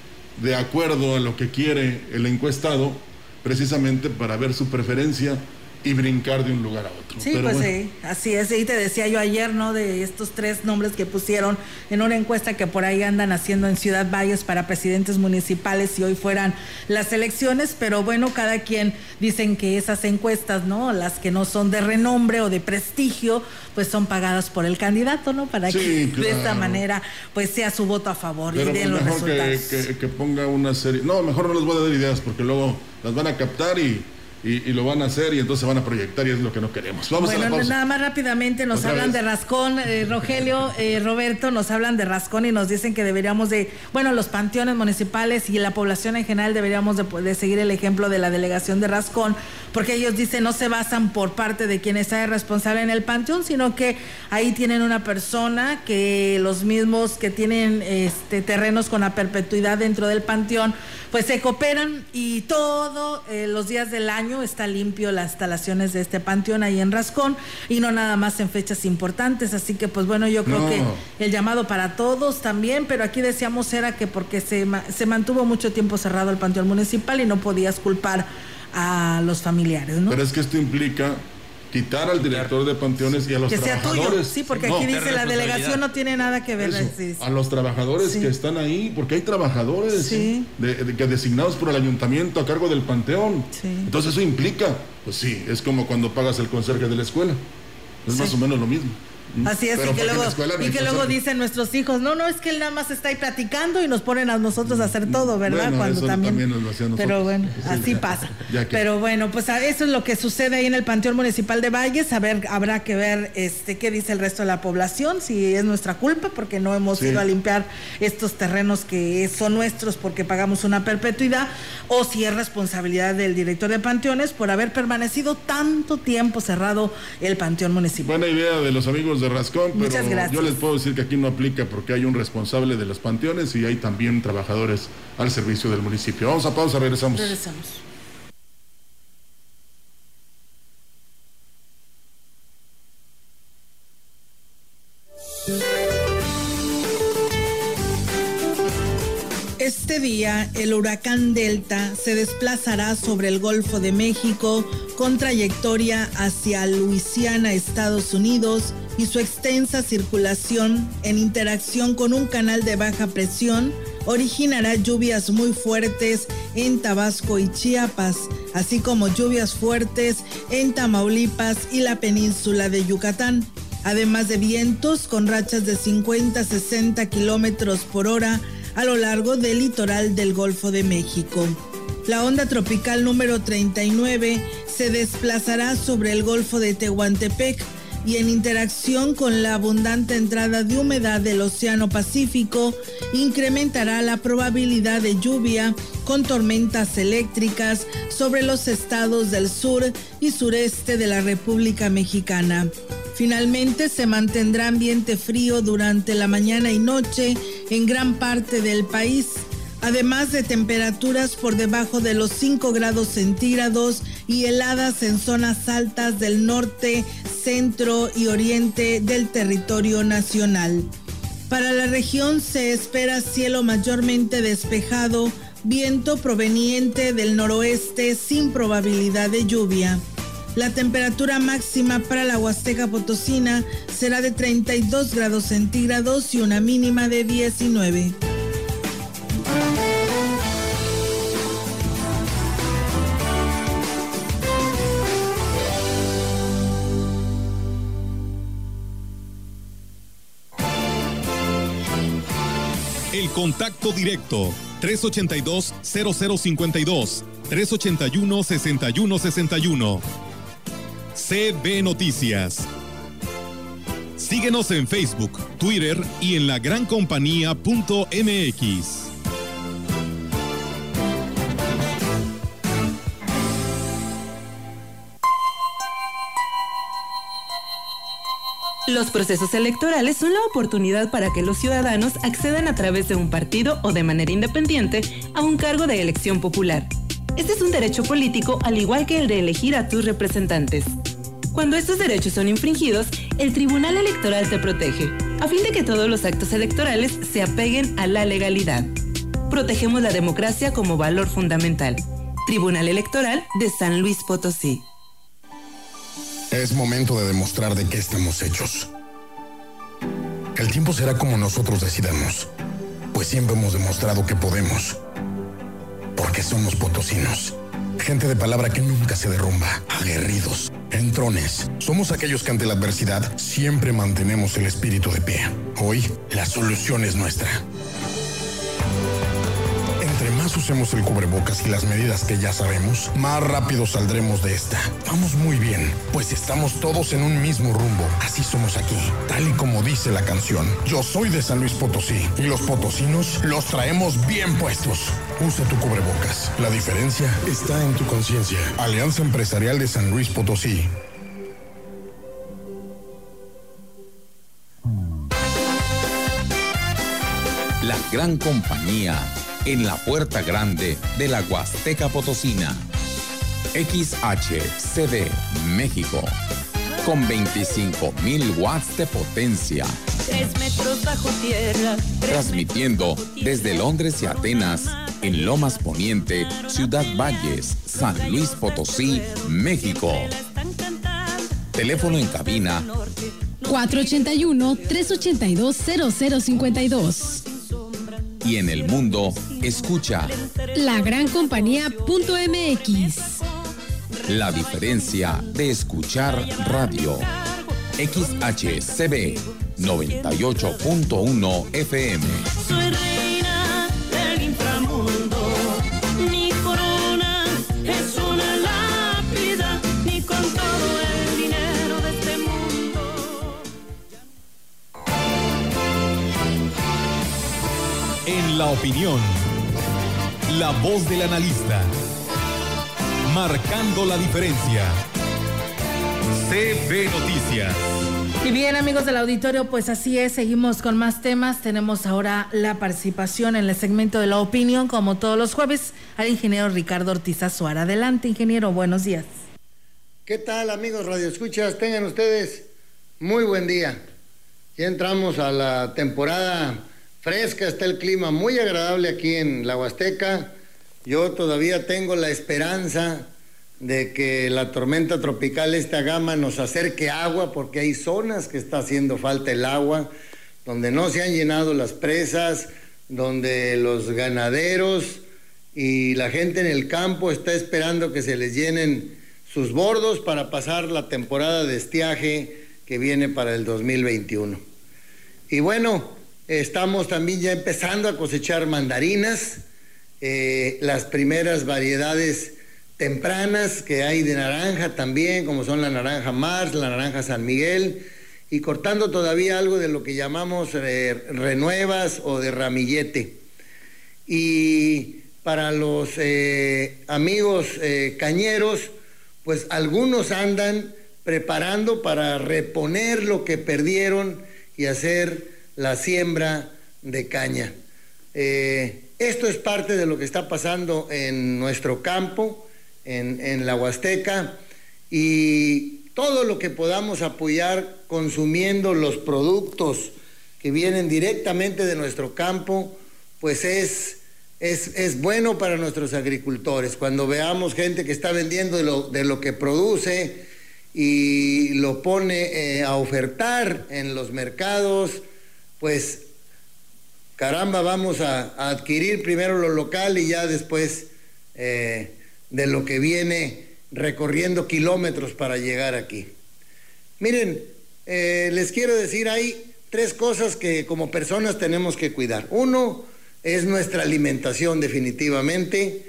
de acuerdo a lo que quiere el encuestado, precisamente para ver su preferencia y brincar de un lugar a otro.
Sí, pero pues bueno. Sí, así es. Y te decía yo ayer, ¿no? De estos 3 nombres que pusieron en una encuesta que por ahí andan haciendo en Ciudad Valles para presidentes municipales si hoy fueran las elecciones, pero bueno, cada quien dicen que esas encuestas, ¿no? Las que no son de renombre o de prestigio, pues son pagadas por el candidato, ¿no? Para que de esta manera pues sea su voto a favor pero y den los resultados.
Que ponga una serie. No, mejor no les voy a dar ideas porque luego las van a captar y lo van a hacer y entonces se van a proyectar y es lo que no queremos. Vamos a la pausa.
Nada más rápidamente nos hablan de Rascón, Rogelio, Roberto, nos hablan de Rascón y nos dicen que deberíamos los panteones municipales y la población en general deberíamos de seguir el ejemplo de la delegación de Rascón, porque ellos dicen no se basan por parte de quien está responsable en el panteón, sino que ahí tienen una persona que los mismos que tienen terrenos con la perpetuidad dentro del panteón, pues se cooperan y todos los días del año está limpio las instalaciones de este panteón ahí en Rascón y no nada más en fechas importantes, así que pues bueno, yo creo que el llamado para todos también, pero aquí decíamos era que porque se mantuvo mucho tiempo cerrado el panteón municipal y no podías culpar a los familiares, ¿no?
Pero es que esto implica quitar al director de panteones y a los trabajadores. Sea tuyo,
sí, porque aquí dice la delegación no tiene nada que ver.
A los trabajadores que están ahí, porque hay trabajadores que designados por el ayuntamiento a cargo del panteón. Sí. Entonces eso implica, pues sí, es como cuando pagas el conserje de la escuela. Es más o menos lo mismo.
Así es, y que luego dicen nuestros hijos, no, es que él nada más está ahí platicando y nos ponen a nosotros a hacer todo, ¿verdad?
Bueno,
cuando
eso también nos lo hacían nosotros.
Pero bueno, así pasa. Pero bueno, pues eso es lo que sucede ahí en el Panteón Municipal de Valles. A ver, habrá que ver qué dice el resto de la población, si es nuestra culpa porque no hemos ido a limpiar estos terrenos que son nuestros porque pagamos una perpetuidad, o si es responsabilidad del director de panteones por haber permanecido tanto tiempo cerrado el Panteón Municipal.
Buena idea de los amigos de Rascón, pero
muchas gracias.
Yo les puedo decir que aquí no aplica porque hay un responsable de los panteones y hay también trabajadores al servicio del municipio. Vamos a pausa, regresamos.
Este día, el huracán Delta se desplazará sobre el Golfo de México con trayectoria hacia Luisiana, Estados Unidos, y su extensa circulación en interacción con un canal de baja presión originará lluvias muy fuertes en Tabasco y Chiapas, así como lluvias fuertes en Tamaulipas y la península de Yucatán, además de vientos con rachas de 50 a 60 kilómetros por hora a lo largo del litoral del Golfo de México. La onda tropical número 39 se desplazará sobre el Golfo de Tehuantepec y en interacción con la abundante entrada de humedad del Océano Pacífico, incrementará la probabilidad de lluvia con tormentas eléctricas sobre los estados del sur y sureste de la República Mexicana. Finalmente, se mantendrá ambiente frío durante la mañana y noche en gran parte del país, además de temperaturas por debajo de los 5 grados centígrados y heladas en zonas altas del norte, centro y oriente del territorio nacional. Para la región se espera cielo mayormente despejado, viento proveniente del noroeste sin probabilidad de lluvia. La temperatura máxima para la Huasteca Potosina será de 32 grados centígrados y una mínima de 19.
Contacto directo 382-0052, 381-6161. CB Noticias. Síguenos en Facebook, Twitter y en lagrancompañía.mx.
Los procesos electorales son la oportunidad para que los ciudadanos accedan a través de un partido o de manera independiente a un cargo de elección popular. Este es un derecho político al igual que el de elegir a tus representantes. Cuando estos derechos son infringidos, el Tribunal Electoral te protege, a fin de que todos los actos electorales se apeguen a la legalidad. Protegemos la democracia como valor fundamental. Tribunal Electoral de San Luis Potosí.
Es momento de demostrar de qué estamos hechos. El tiempo será como nosotros decidamos, pues siempre hemos demostrado que podemos. Porque somos potosinos. Gente de palabra que nunca se derrumba, aguerridos, entrones. Somos aquellos que ante la adversidad siempre mantenemos el espíritu de pie. Hoy, la solución es nuestra. Entre más usemos el cubrebocas y las medidas que ya sabemos, más rápido saldremos de esta. Vamos muy bien, pues estamos todos en un mismo rumbo. Así somos aquí, tal y como dice la canción. Yo soy de San Luis Potosí y los potosinos los traemos bien puestos. Usa tu cubrebocas. La diferencia está en tu conciencia. Alianza Empresarial de San Luis Potosí.
La gran compañía en la puerta grande de la Huasteca Potosina. XHCD México, con 25,000 watts de potencia.
3 metros bajo tierra.
Transmitiendo desde Londres y Atenas, en Lomas Poniente, Ciudad Valles, San Luis Potosí, México. Teléfono en cabina
481-382-0052.
Y en el mundo, escucha
lagrancompañía.mx.
La diferencia de escuchar radio. XHCB 98.1 FM.
Soy reina del inframundo. Mi corona es una lápida, ni con todo el dinero de este mundo.
En la opinión, la voz del analista, marcando la diferencia. CB Noticias.
Y bien, amigos del auditorio, pues así es, seguimos con más temas. Tenemos ahora la participación en el segmento de la opinión, como todos los jueves, al ingeniero Ricardo Ortiz Azuara. Adelante, ingeniero, buenos días.
¿Qué tal, amigos radioescuchas? Tengan ustedes muy buen día. Ya entramos a la temporada fresca, está el clima muy agradable aquí en la Huasteca. Yo todavía tengo la esperanza de que la tormenta tropical esta gama nos acerque agua, porque hay zonas que está haciendo falta el agua, donde no se han llenado las presas, donde los ganaderos y la gente en el campo está esperando que se les llenen sus bordos para pasar la temporada de estiaje que viene para el 2021. Y bueno, estamos también ya empezando a cosechar mandarinas, las primeras variedades tempranas que hay de naranja también, como son la naranja Mars, la naranja San Miguel, y cortando todavía algo de lo que llamamos renuevas o de ramillete. Y para los amigos cañeros, pues algunos andan preparando para reponer lo que perdieron y hacer la siembra de caña. Esto es parte de lo que está pasando en nuestro campo, en la Huasteca, y todo lo que podamos apoyar consumiendo los productos que vienen directamente de nuestro campo, pues es bueno para nuestros agricultores. Cuando veamos gente que está vendiendo de lo que produce y lo pone a ofertar en los mercados, pues caramba, vamos a adquirir primero lo local y ya después de lo que viene recorriendo kilómetros para llegar aquí. Miren, les quiero decir, hay 3 cosas que como personas tenemos que cuidar. Uno, es nuestra alimentación definitivamente.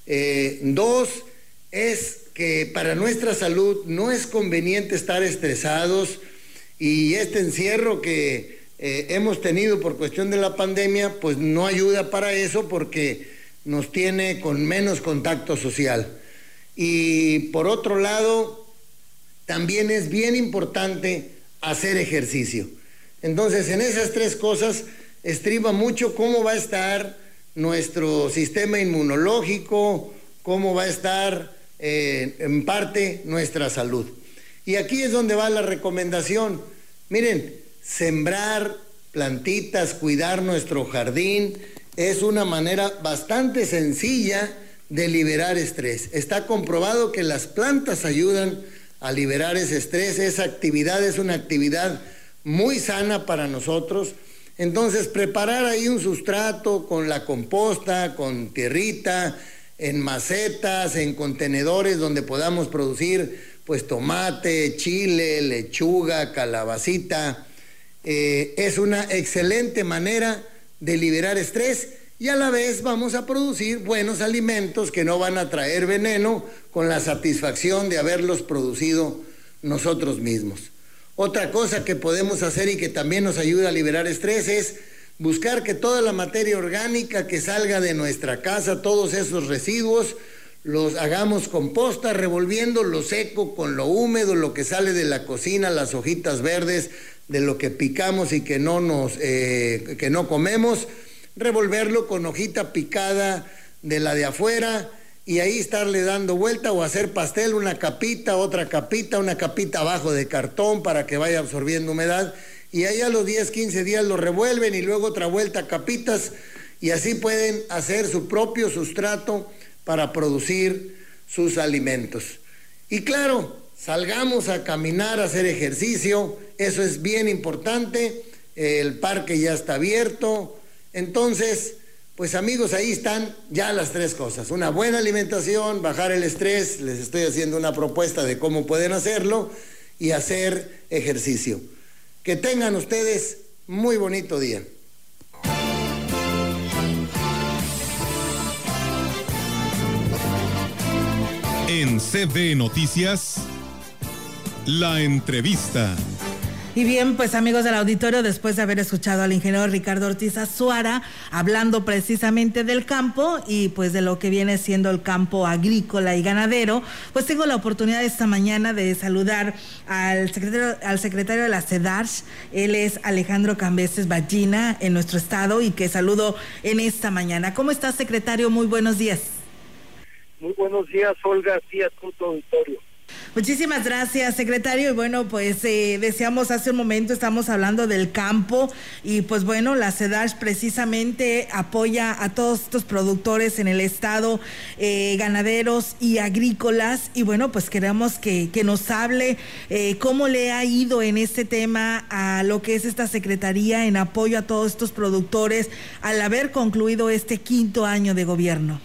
2, es que para nuestra salud no es conveniente estar estresados, y este encierro que hemos tenido por cuestión de la pandemia, pues no ayuda para eso porque nos tiene con menos contacto social. Y por otro lado, también es bien importante hacer ejercicio. Entonces, en esas 3 cosas estriba mucho cómo va a estar nuestro sistema inmunológico, cómo va a estar en parte nuestra salud. Y aquí es donde va la recomendación. Miren, sembrar plantitas, cuidar nuestro jardín, es una manera bastante sencilla de liberar estrés. Está comprobado que las plantas ayudan a liberar ese estrés. Esa actividad es una actividad muy sana para nosotros. Entonces, preparar ahí un sustrato con la composta, con tierrita, en macetas, en contenedores donde podamos producir pues tomate, chile, lechuga, calabacita, es una excelente manera de liberar estrés, y a la vez vamos a producir buenos alimentos que no van a traer veneno, con la satisfacción de haberlos producido nosotros mismos. Otra cosa que podemos hacer y que también nos ayuda a liberar estrés es buscar que toda la materia orgánica que salga de nuestra casa, todos esos residuos, los hagamos composta, revolviendo lo seco con lo húmedo, lo que sale de la cocina, las hojitas verdes de lo que picamos y que no comemos, revolverlo con hojita picada de la de afuera, y ahí estarle dando vuelta, o hacer pastel, una capita, otra capita, una capita abajo de cartón para que vaya absorbiendo humedad, y ahí a los 10, 15 días lo revuelven y luego otra vuelta, capitas, y así pueden hacer su propio sustrato para producir sus alimentos. Y claro, salgamos a caminar, a hacer ejercicio, eso es bien importante. El parque ya está abierto. Entonces, pues amigos, ahí están ya las 3 cosas. Una buena alimentación, bajar el estrés, les estoy haciendo una propuesta de cómo pueden hacerlo, y hacer ejercicio. Que tengan ustedes muy bonito día.
En CB Noticias, la entrevista.
Y bien, pues amigos del auditorio, después de haber escuchado al ingeniero Ricardo Ortiz Azuara hablando precisamente del campo y pues de lo que viene siendo el campo agrícola y ganadero, pues tengo la oportunidad esta mañana de saludar al secretario de la CEDARS. Él es Alejandro Cambeses Ballina, en nuestro estado, y que saludo en esta mañana. ¿Cómo está, secretario? Muy buenos días.
Muy buenos días, Olga, sí, a tu auditorio.
Muchísimas gracias, secretario. Y bueno, pues decíamos hace un momento, estamos hablando del campo, y pues bueno, la CEDARS precisamente apoya a todos estos productores en el estado, ganaderos y agrícolas, y bueno, pues queremos que nos hable cómo le ha ido en este tema a lo que es esta secretaría en apoyo a todos estos productores al haber concluido este 5º año de gobierno.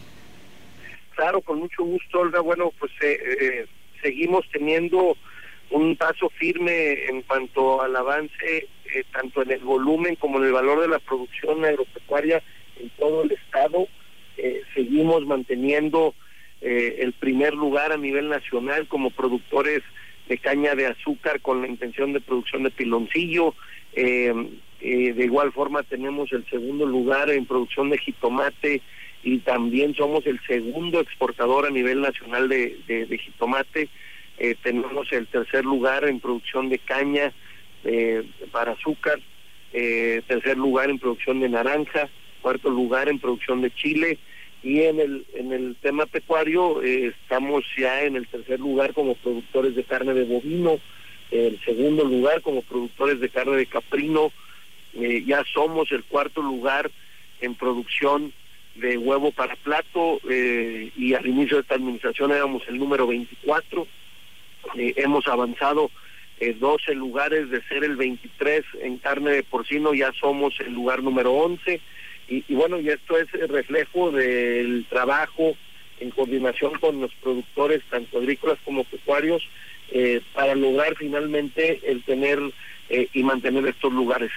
Claro, con mucho gusto, Olga. Bueno, pues seguimos teniendo un paso firme en cuanto al avance, tanto en el volumen como en el valor de la producción agropecuaria en todo el estado. Seguimos manteniendo el primer lugar a nivel nacional como productores de caña de azúcar con la intención de producción de piloncillo. De igual forma tenemos el segundo lugar en producción de jitomate, y también somos el segundo exportador a nivel nacional de jitomate. Tenemos el tercer lugar en producción de caña para azúcar, tercer lugar en producción de naranja, cuarto lugar en producción de chile, y en el tema pecuario estamos ya en el tercer lugar como productores de carne de bovino, el segundo lugar como productores de carne de caprino, ya somos el cuarto lugar en producción de huevo para plato, y al inicio de esta administración éramos el número 24. Hemos avanzado 12 lugares, de ser el 23 en carne de porcino, ya somos el lugar número 11, y bueno, y esto es el reflejo del trabajo en coordinación con los productores, tanto agrícolas como pecuarios, para lograr finalmente el tener y mantener estos lugares.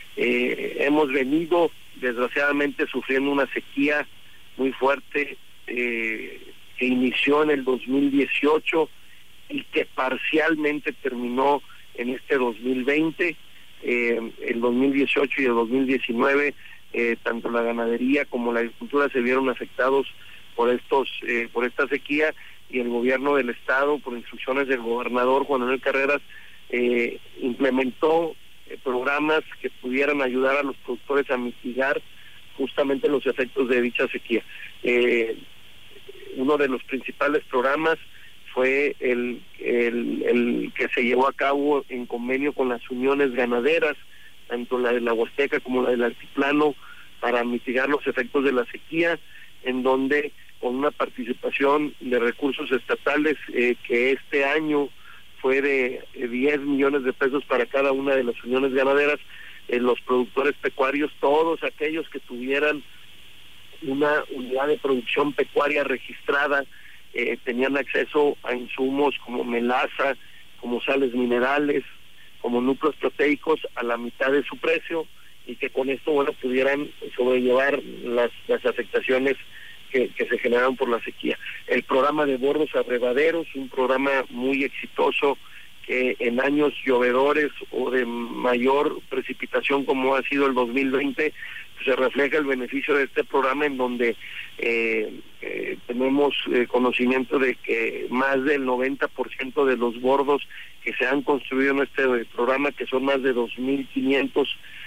Hemos venido desgraciadamente sufriendo una sequía muy fuerte que inició en el 2018 y que parcialmente terminó en este 2020. El 2018 y el 2019 tanto la ganadería como la agricultura se vieron afectados por esta sequía, y el gobierno del estado, por instrucciones del gobernador Juan Manuel Carreras, implementó programas que pudieran ayudar a los productores a mitigar justamente los efectos de dicha sequía. Uno de los principales programas fue el que se llevó a cabo en convenio con las uniones ganaderas, tanto la de la Huasteca como la del Altiplano, para mitigar los efectos de la sequía, en donde con una participación de recursos estatales que este año fue de 10 millones de pesos para cada una de las uniones ganaderas, los productores pecuarios, todos aquellos que tuvieran una unidad de producción pecuaria registrada, tenían acceso a insumos como melaza, como sales minerales, como núcleos proteicos a la mitad de su precio, y que con esto, bueno, pudieran sobrellevar las afectaciones que se generaron por la sequía. El programa de bordos abrevaderos, un programa muy exitoso que en años llovedores o de mayor precipitación como ha sido el 2020, pues se refleja el beneficio de este programa, en donde tenemos conocimiento de que más del 90% de los bordos que se han construido en este programa, que son más de 2.500,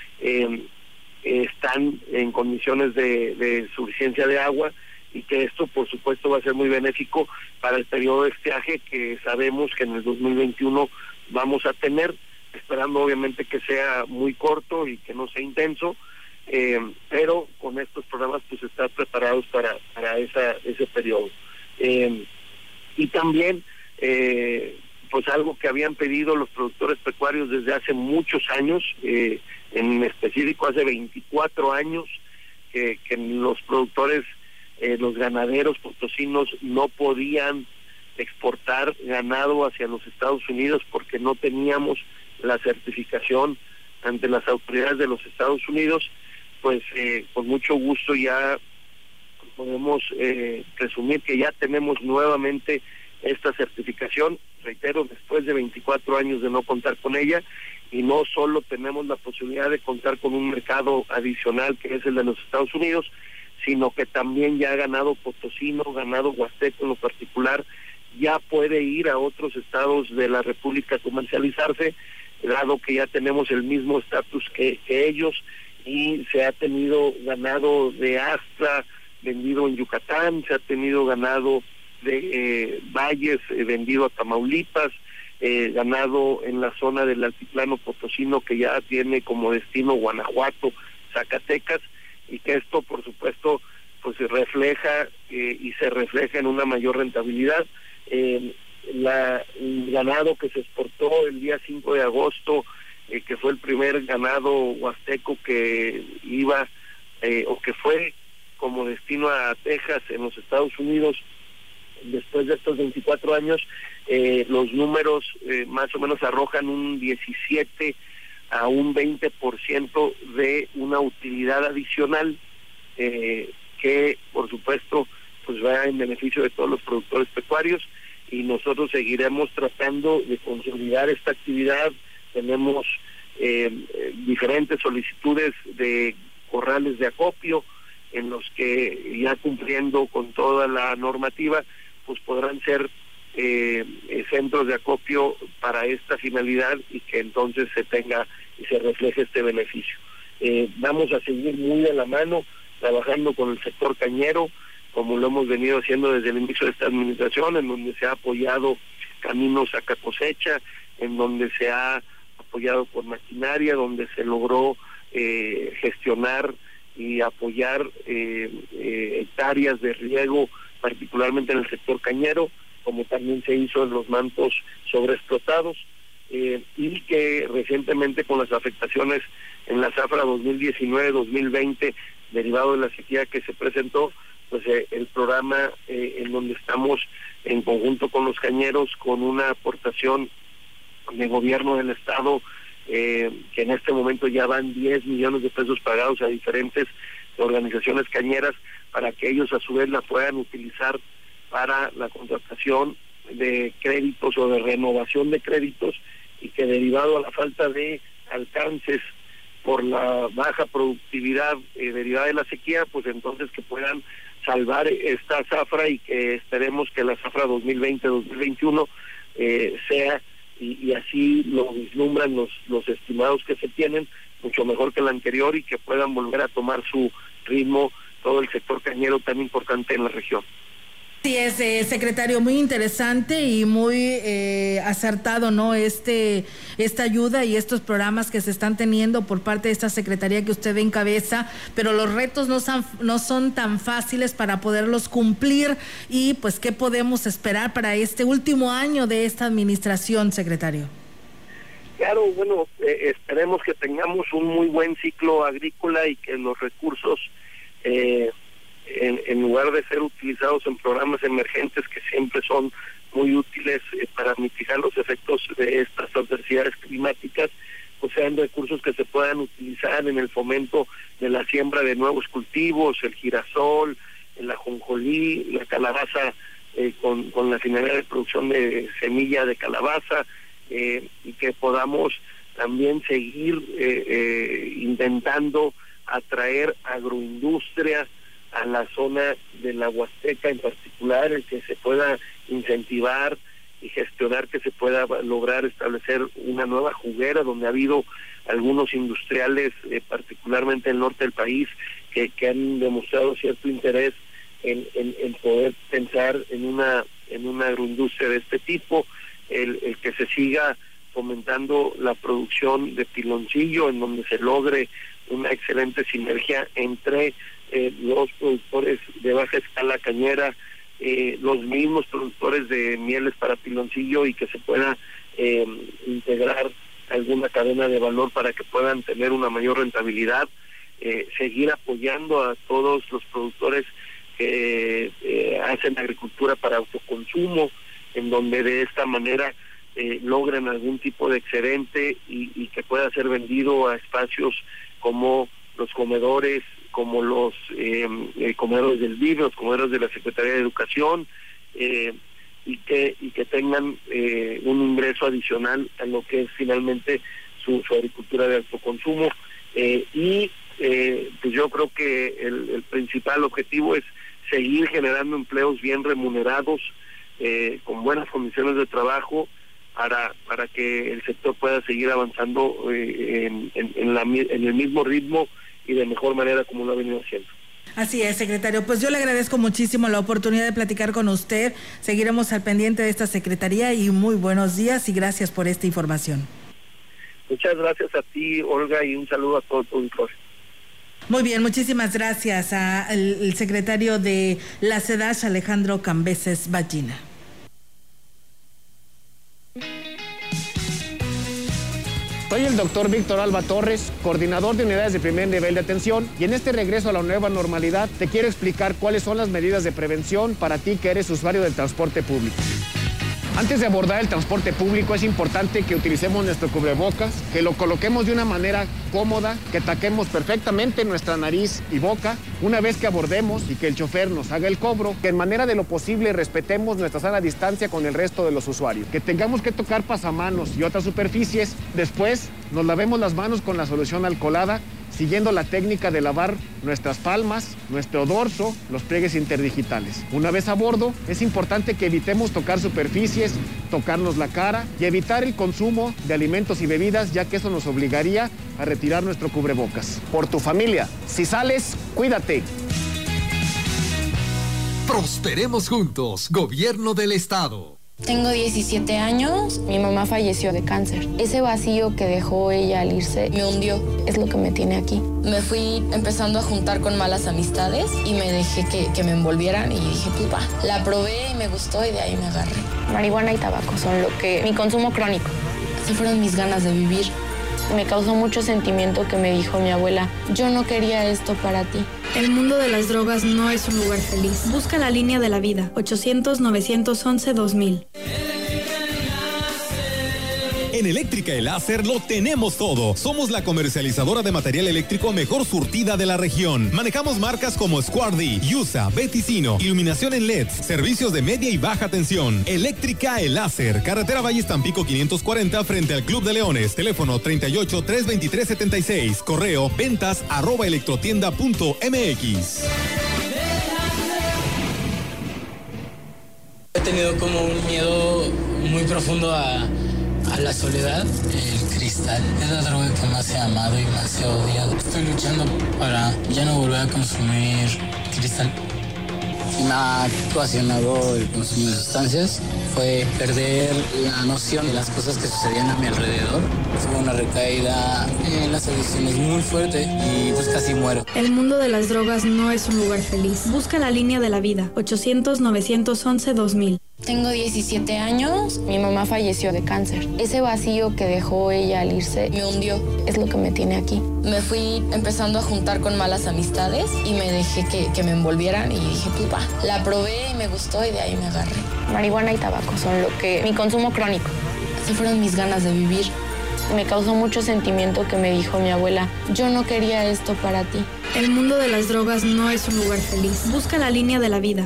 están en condiciones de suficiencia de agua, y que esto por supuesto va a ser muy benéfico para el periodo de estiaje que sabemos que en el 2021 vamos a tener, esperando obviamente que sea muy corto y que no sea intenso, pero con estos programas pues estar preparados para ese periodo. Y también pues algo que habían pedido los productores pecuarios desde hace muchos años, en específico hace 24 años, que los productores, los ganaderos potosinos no podían exportar ganado hacia los Estados Unidos porque no teníamos la certificación ante las autoridades de los Estados Unidos. Pues con mucho gusto ya podemos presumir que ya tenemos nuevamente esta certificación, reitero, después de 24 años de no contar con ella, y no solo tenemos la posibilidad de contar con un mercado adicional que es el de los Estados Unidos, sino que también ya ganado potosino, ganado huasteco en lo particular, ya puede ir a otros estados de la República a comercializarse, dado que ya tenemos el mismo estatus que ellos, y se ha tenido ganado de Astra vendido en Yucatán, se ha tenido ganado de Valles vendido a Tamaulipas, ganado en la zona del altiplano potosino que ya tiene como destino Guanajuato, Zacatecas, y que esto por supuesto pues se refleja y se refleja en una mayor rentabilidad. El ganado que se exportó el día 5 de agosto, que fue el primer ganado huasteco que iba o que fue como destino a Texas en los Estados Unidos, después de estos 24 años, los números más o menos arrojan un 17 a un 20% de una utilidad adicional que por supuesto pues va en beneficio de todos los productores pecuarios, y nosotros seguiremos tratando de consolidar esta actividad. Tenemos diferentes solicitudes de corrales de acopio en los que, ya cumpliendo con toda la normativa, pues podrán ser centros de acopio para esta finalidad, y que entonces se tenga y se refleje este beneficio. Vamos a seguir muy de la mano trabajando con el sector cañero, como lo hemos venido haciendo desde el inicio de esta administración, en donde se ha apoyado caminos a cosecha, en donde se ha apoyado por maquinaria, donde se logró gestionar y apoyar hectáreas de riego, particularmente en el sector cañero, como también se hizo en los mantos sobreexplotados, y que recientemente con las afectaciones en la zafra 2019-2020, derivado de la sequía que se presentó, pues el programa en donde estamos en conjunto con los cañeros, con una aportación de gobierno del estado que en este momento ya van 10 millones de pesos pagados a diferentes organizaciones cañeras para que ellos a su vez la puedan utilizar para la contratación de créditos o de renovación de créditos, y que derivado a la falta de alcances por la baja productividad derivada de la sequía, pues entonces que puedan salvar esta zafra, y que esperemos que la zafra 2020-2021 sea, y así lo vislumbran los estimados que se tienen, mucho mejor que la anterior, y que puedan volver a tomar su ritmo todo el sector cañero tan importante en la región.
Sí, es secretario, muy interesante y muy acertado, ¿no? Esta ayuda y estos programas que se están teniendo por parte de esta secretaría que usted encabeza, pero los retos no son tan fáciles para poderlos cumplir, y pues ¿qué podemos esperar para este último año de esta administración, secretario?
Claro, bueno, esperemos que tengamos un muy buen ciclo agrícola y que los recursos en lugar de ser utilizados en programas emergentes que siempre son muy útiles para mitigar los efectos de estas adversidades climáticas, pues sean recursos que se puedan utilizar en el fomento de la siembra de nuevos cultivos, el girasol, el ajonjolí, la calabaza, con la finalidad de producción de semilla de calabaza, y que podamos también seguir intentando atraer agroindustria a la zona de la Huasteca en particular, el que se pueda incentivar y gestionar que se pueda lograr establecer una nueva juguera, donde ha habido algunos industriales, particularmente en el norte del país, que han demostrado cierto interés en poder pensar en una agroindustria de este tipo, el que se siga fomentando la producción de piloncillo, en donde se logre una excelente sinergia entre los productores de baja escala cañera, los mismos productores de mieles para piloncillo, y que se pueda integrar alguna cadena de valor para que puedan tener una mayor rentabilidad, seguir apoyando a todos los productores que hacen agricultura para autoconsumo, en donde de esta manera logren algún tipo de excedente y que pueda ser vendido a espacios como los comedores, como los comedores del DIF, los comedores de la Secretaría de Educación, y que tengan un ingreso adicional a lo que es finalmente su agricultura de autoconsumo. Pues yo creo que el principal objetivo es seguir generando empleos bien remunerados, con buenas condiciones de trabajo, para que el sector pueda seguir avanzando en el mismo ritmo y de mejor manera como lo ha venido haciendo.
Así es, secretario. Pues yo le agradezco muchísimo la oportunidad de platicar con usted. Seguiremos al pendiente de esta secretaría, y muy buenos días y gracias por esta información.
Muchas gracias a ti, Olga, y un saludo a todo el público.
Muy bien, muchísimas gracias al secretario de la SEDASH, Alejandro Cambeses Ballina.
Soy el doctor Víctor Alba Torres, coordinador de unidades de primer nivel de atención, y en este regreso a la nueva normalidad te quiero explicar cuáles son las medidas de prevención para ti que eres usuario del transporte público. Antes de abordar el transporte público es importante que utilicemos nuestro cubrebocas, que lo coloquemos de una manera cómoda, que taquemos perfectamente nuestra nariz y boca una vez que abordemos, y que el chofer nos haga el cobro, que en manera de lo posible respetemos nuestra sana distancia con el resto de los usuarios, que tengamos que tocar pasamanos y otras superficies, después nos lavemos las manos con la solución alcoholada, siguiendo la técnica de lavar nuestras palmas, nuestro dorso, los pliegues interdigitales. Una vez a bordo, es importante que evitemos tocar superficies, tocarnos la cara y evitar el consumo de alimentos y bebidas, ya que eso nos obligaría a retirar nuestro cubrebocas. Por tu familia, si sales, cuídate.
Prosperemos juntos, Gobierno del Estado.
Tengo 17 años, mi mamá falleció de cáncer. Ese vacío que dejó ella al irse me hundió, es lo que me tiene aquí. Me fui empezando a juntar con malas amistades y me dejé que me envolvieran y dije, pues va. La probé y me gustó y de ahí me agarré. Marihuana y tabaco son mi consumo crónico. Esas fueron mis ganas de vivir. Me causó mucho sentimiento que me dijo mi abuela, yo no quería esto para ti.
El mundo de las drogas no es un lugar feliz. Busca la línea de la vida, 800-911-2000.
En Eléctrica El Láser lo tenemos todo. Somos la comercializadora de material eléctrico mejor surtida de la región. Manejamos marcas como Squardi, USA, Beticino, iluminación en LEDs, servicios de media y baja tensión. Eléctrica El Láser, carretera Valles Tampico 540 frente al Club de Leones. Teléfono 38 323 76. Correo ventas@electrotienda.mx.
He tenido como un miedo muy profundo a la soledad. El cristal es la droga que más he amado y más he odiado. Estoy luchando para ya no volver a consumir cristal. Me ha ocasionado el consumo de sustancias. Fue perder la noción de las cosas que sucedían a mi alrededor. Fue una recaída en las adicciones muy fuerte y pues casi muero.
El mundo de las drogas no es un lugar feliz. Busca la línea de la vida. 800-911-2000.
Tengo 17 años, mi mamá falleció de cáncer. Ese vacío que dejó ella al irse me hundió, es lo que me tiene aquí. Me fui empezando a juntar con malas amistades y me dejé que me envolvieran y dije, pues va. La probé y me gustó y de ahí me agarré. Marihuana y tabaco son mi consumo crónico. Esas fueron mis ganas de vivir. Me causó mucho sentimiento que me dijo mi abuela, yo no quería esto para ti.
El mundo de las drogas no es un lugar feliz. Busca la línea de la vida.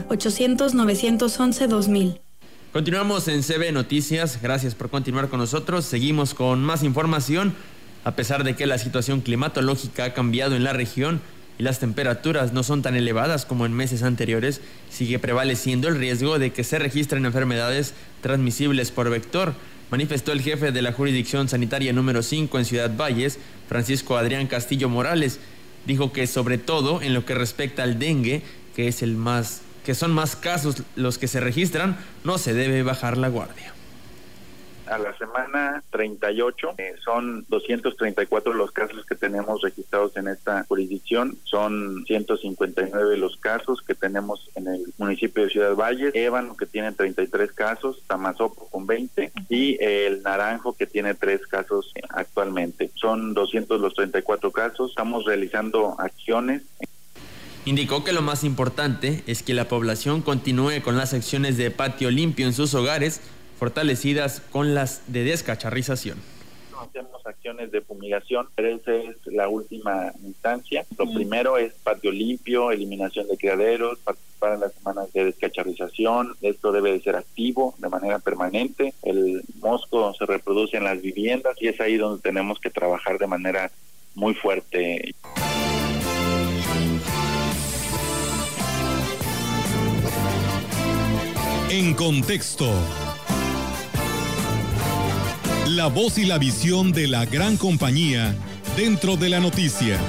800-911-2000.
Continuamos en CB Noticias. Gracias por continuar con nosotros. Seguimos con más información. A pesar de que la situación climatológica ha cambiado en la región y las temperaturas no son tan elevadas como en meses anteriores, sigue prevaleciendo el riesgo de que se registren enfermedades transmisibles por vector, manifestó el jefe de la jurisdicción sanitaria número 5 en Ciudad Valles, Francisco Adrián Castillo Morales. Dijo que sobre todo en lo que respecta al dengue, que son más casos los que se registran, no se debe bajar la guardia.
A la semana 38 son 234 los casos que tenemos registrados en esta jurisdicción, son 159 los casos que tenemos en el municipio de Ciudad Valles, Ébano que tiene 33 casos, Tamazopo con 20 y el Naranjo que tiene 3 casos actualmente. Son 200 los 34 casos, estamos realizando acciones.
Indicó que lo más importante es que la población continúe con las acciones de patio limpio en sus hogares, fortalecidas con las de descacharrización.
Hacemos acciones de fumigación, pero esa es la última instancia. Lo primero es patio limpio, eliminación de criaderos, participar en las semanas de descacharrización. Esto debe de ser activo de manera permanente. El mosco se reproduce en las viviendas y es ahí donde tenemos que trabajar de manera muy fuerte.
En contexto. La voz y la visión de la gran compañía dentro de la noticia.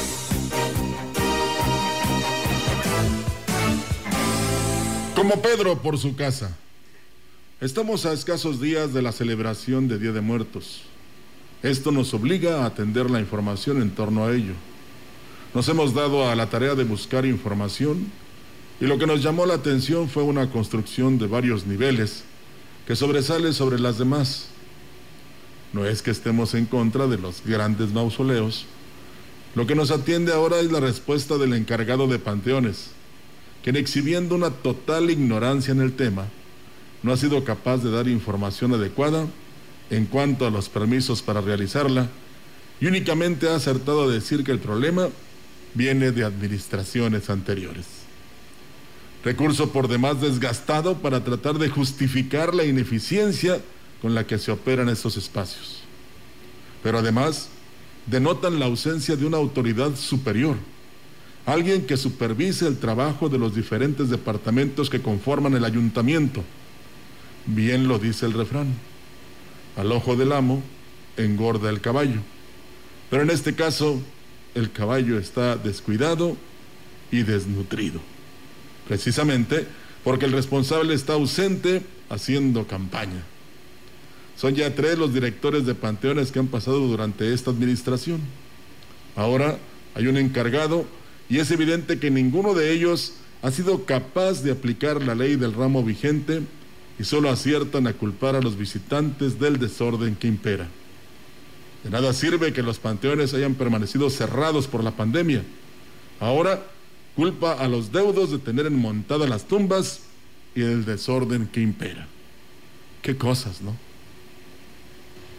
Como Pedro por su casa. Estamos a escasos días de la celebración de Día de Muertos. Esto nos obliga a atender la información en torno a ello. Nos hemos dado a la tarea de buscar información y lo que nos llamó la atención fue una construcción de varios niveles que sobresale sobre las demás. No es que estemos en contra de los grandes mausoleos. Lo que nos atiende ahora es la respuesta del encargado de panteones, quien exhibiendo una total ignorancia en el tema, no ha sido capaz de dar información adecuada en cuanto a los permisos para realizarla y únicamente ha acertado a decir que el problema viene de administraciones anteriores. Recurso por demás desgastado para tratar de justificar la ineficiencia con la que se operan estos espacios. Pero además, denotan la ausencia de una autoridad superior, alguien que supervise el trabajo de los diferentes departamentos que conforman el ayuntamiento. Bien lo dice el refrán, al ojo del amo engorda el caballo. Pero en este caso, el caballo está descuidado y desnutrido, precisamente porque el responsable está ausente haciendo campaña. Son ya 3 los directores de panteones que han pasado durante esta administración. Ahora hay un encargado y es evidente que ninguno de ellos ha sido capaz de aplicar la ley del ramo vigente y solo aciertan a culpar a los visitantes del desorden que impera. De nada sirve que los panteones hayan permanecido cerrados por la pandemia. Ahora culpa a los deudos de tener enmontadas las tumbas y el desorden que impera. Qué cosas, ¿no?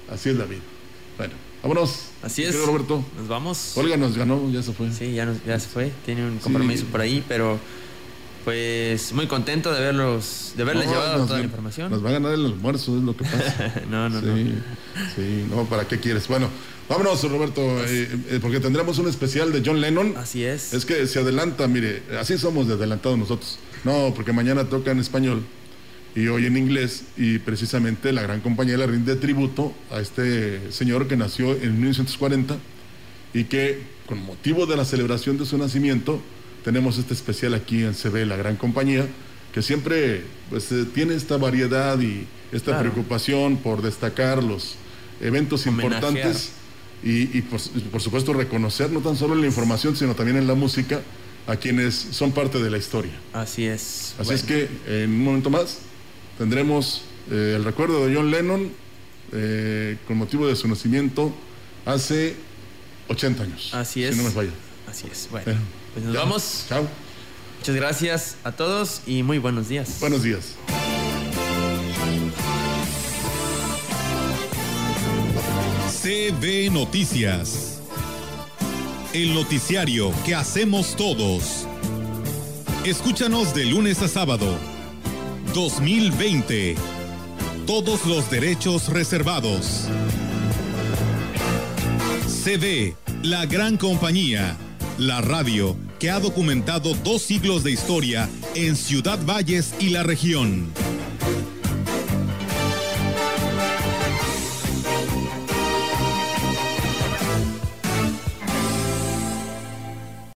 Así es la vida. Bueno, vámonos.
Así es.
Roberto.
Nos vamos.
Olga nos ganó, ya se fue.
Sí, ya se fue. Tiene un compromiso por ahí, pero pues muy contento de haberles llevado toda la información.
Nos va a ganar el almuerzo, es lo que pasa.
No.
Sí, no, ¿para qué quieres? Bueno, vámonos, Roberto, porque tendremos un especial de John Lennon.
Así es.
Es que se adelanta, mire, así somos de adelantados nosotros. No, porque mañana toca en español y hoy en inglés, y precisamente la gran compañía le rinde tributo a este señor que nació en 1940 y que, con motivo de la celebración de su nacimiento, tenemos este especial aquí en CB, la gran compañía, que siempre pues, tiene esta variedad y esta preocupación por destacar los eventos importantes y por supuesto reconocer no tan solo en la información, sino también en la música a quienes son parte de la historia.
Así es.
Así es que en un momento más tendremos el recuerdo de John Lennon con motivo de su nacimiento hace 80 años.
Así es.
Si no me falla.
Así es. Bueno, pues nos vamos.
Chao.
Muchas gracias a todos y muy buenos días.
Buenos días.
CB Noticias. El noticiario que hacemos todos. Escúchanos de lunes a sábado. 2020. Todos los derechos reservados. CB, la gran compañía. La radio que ha documentado 2 siglos de historia en Ciudad Valles y la región.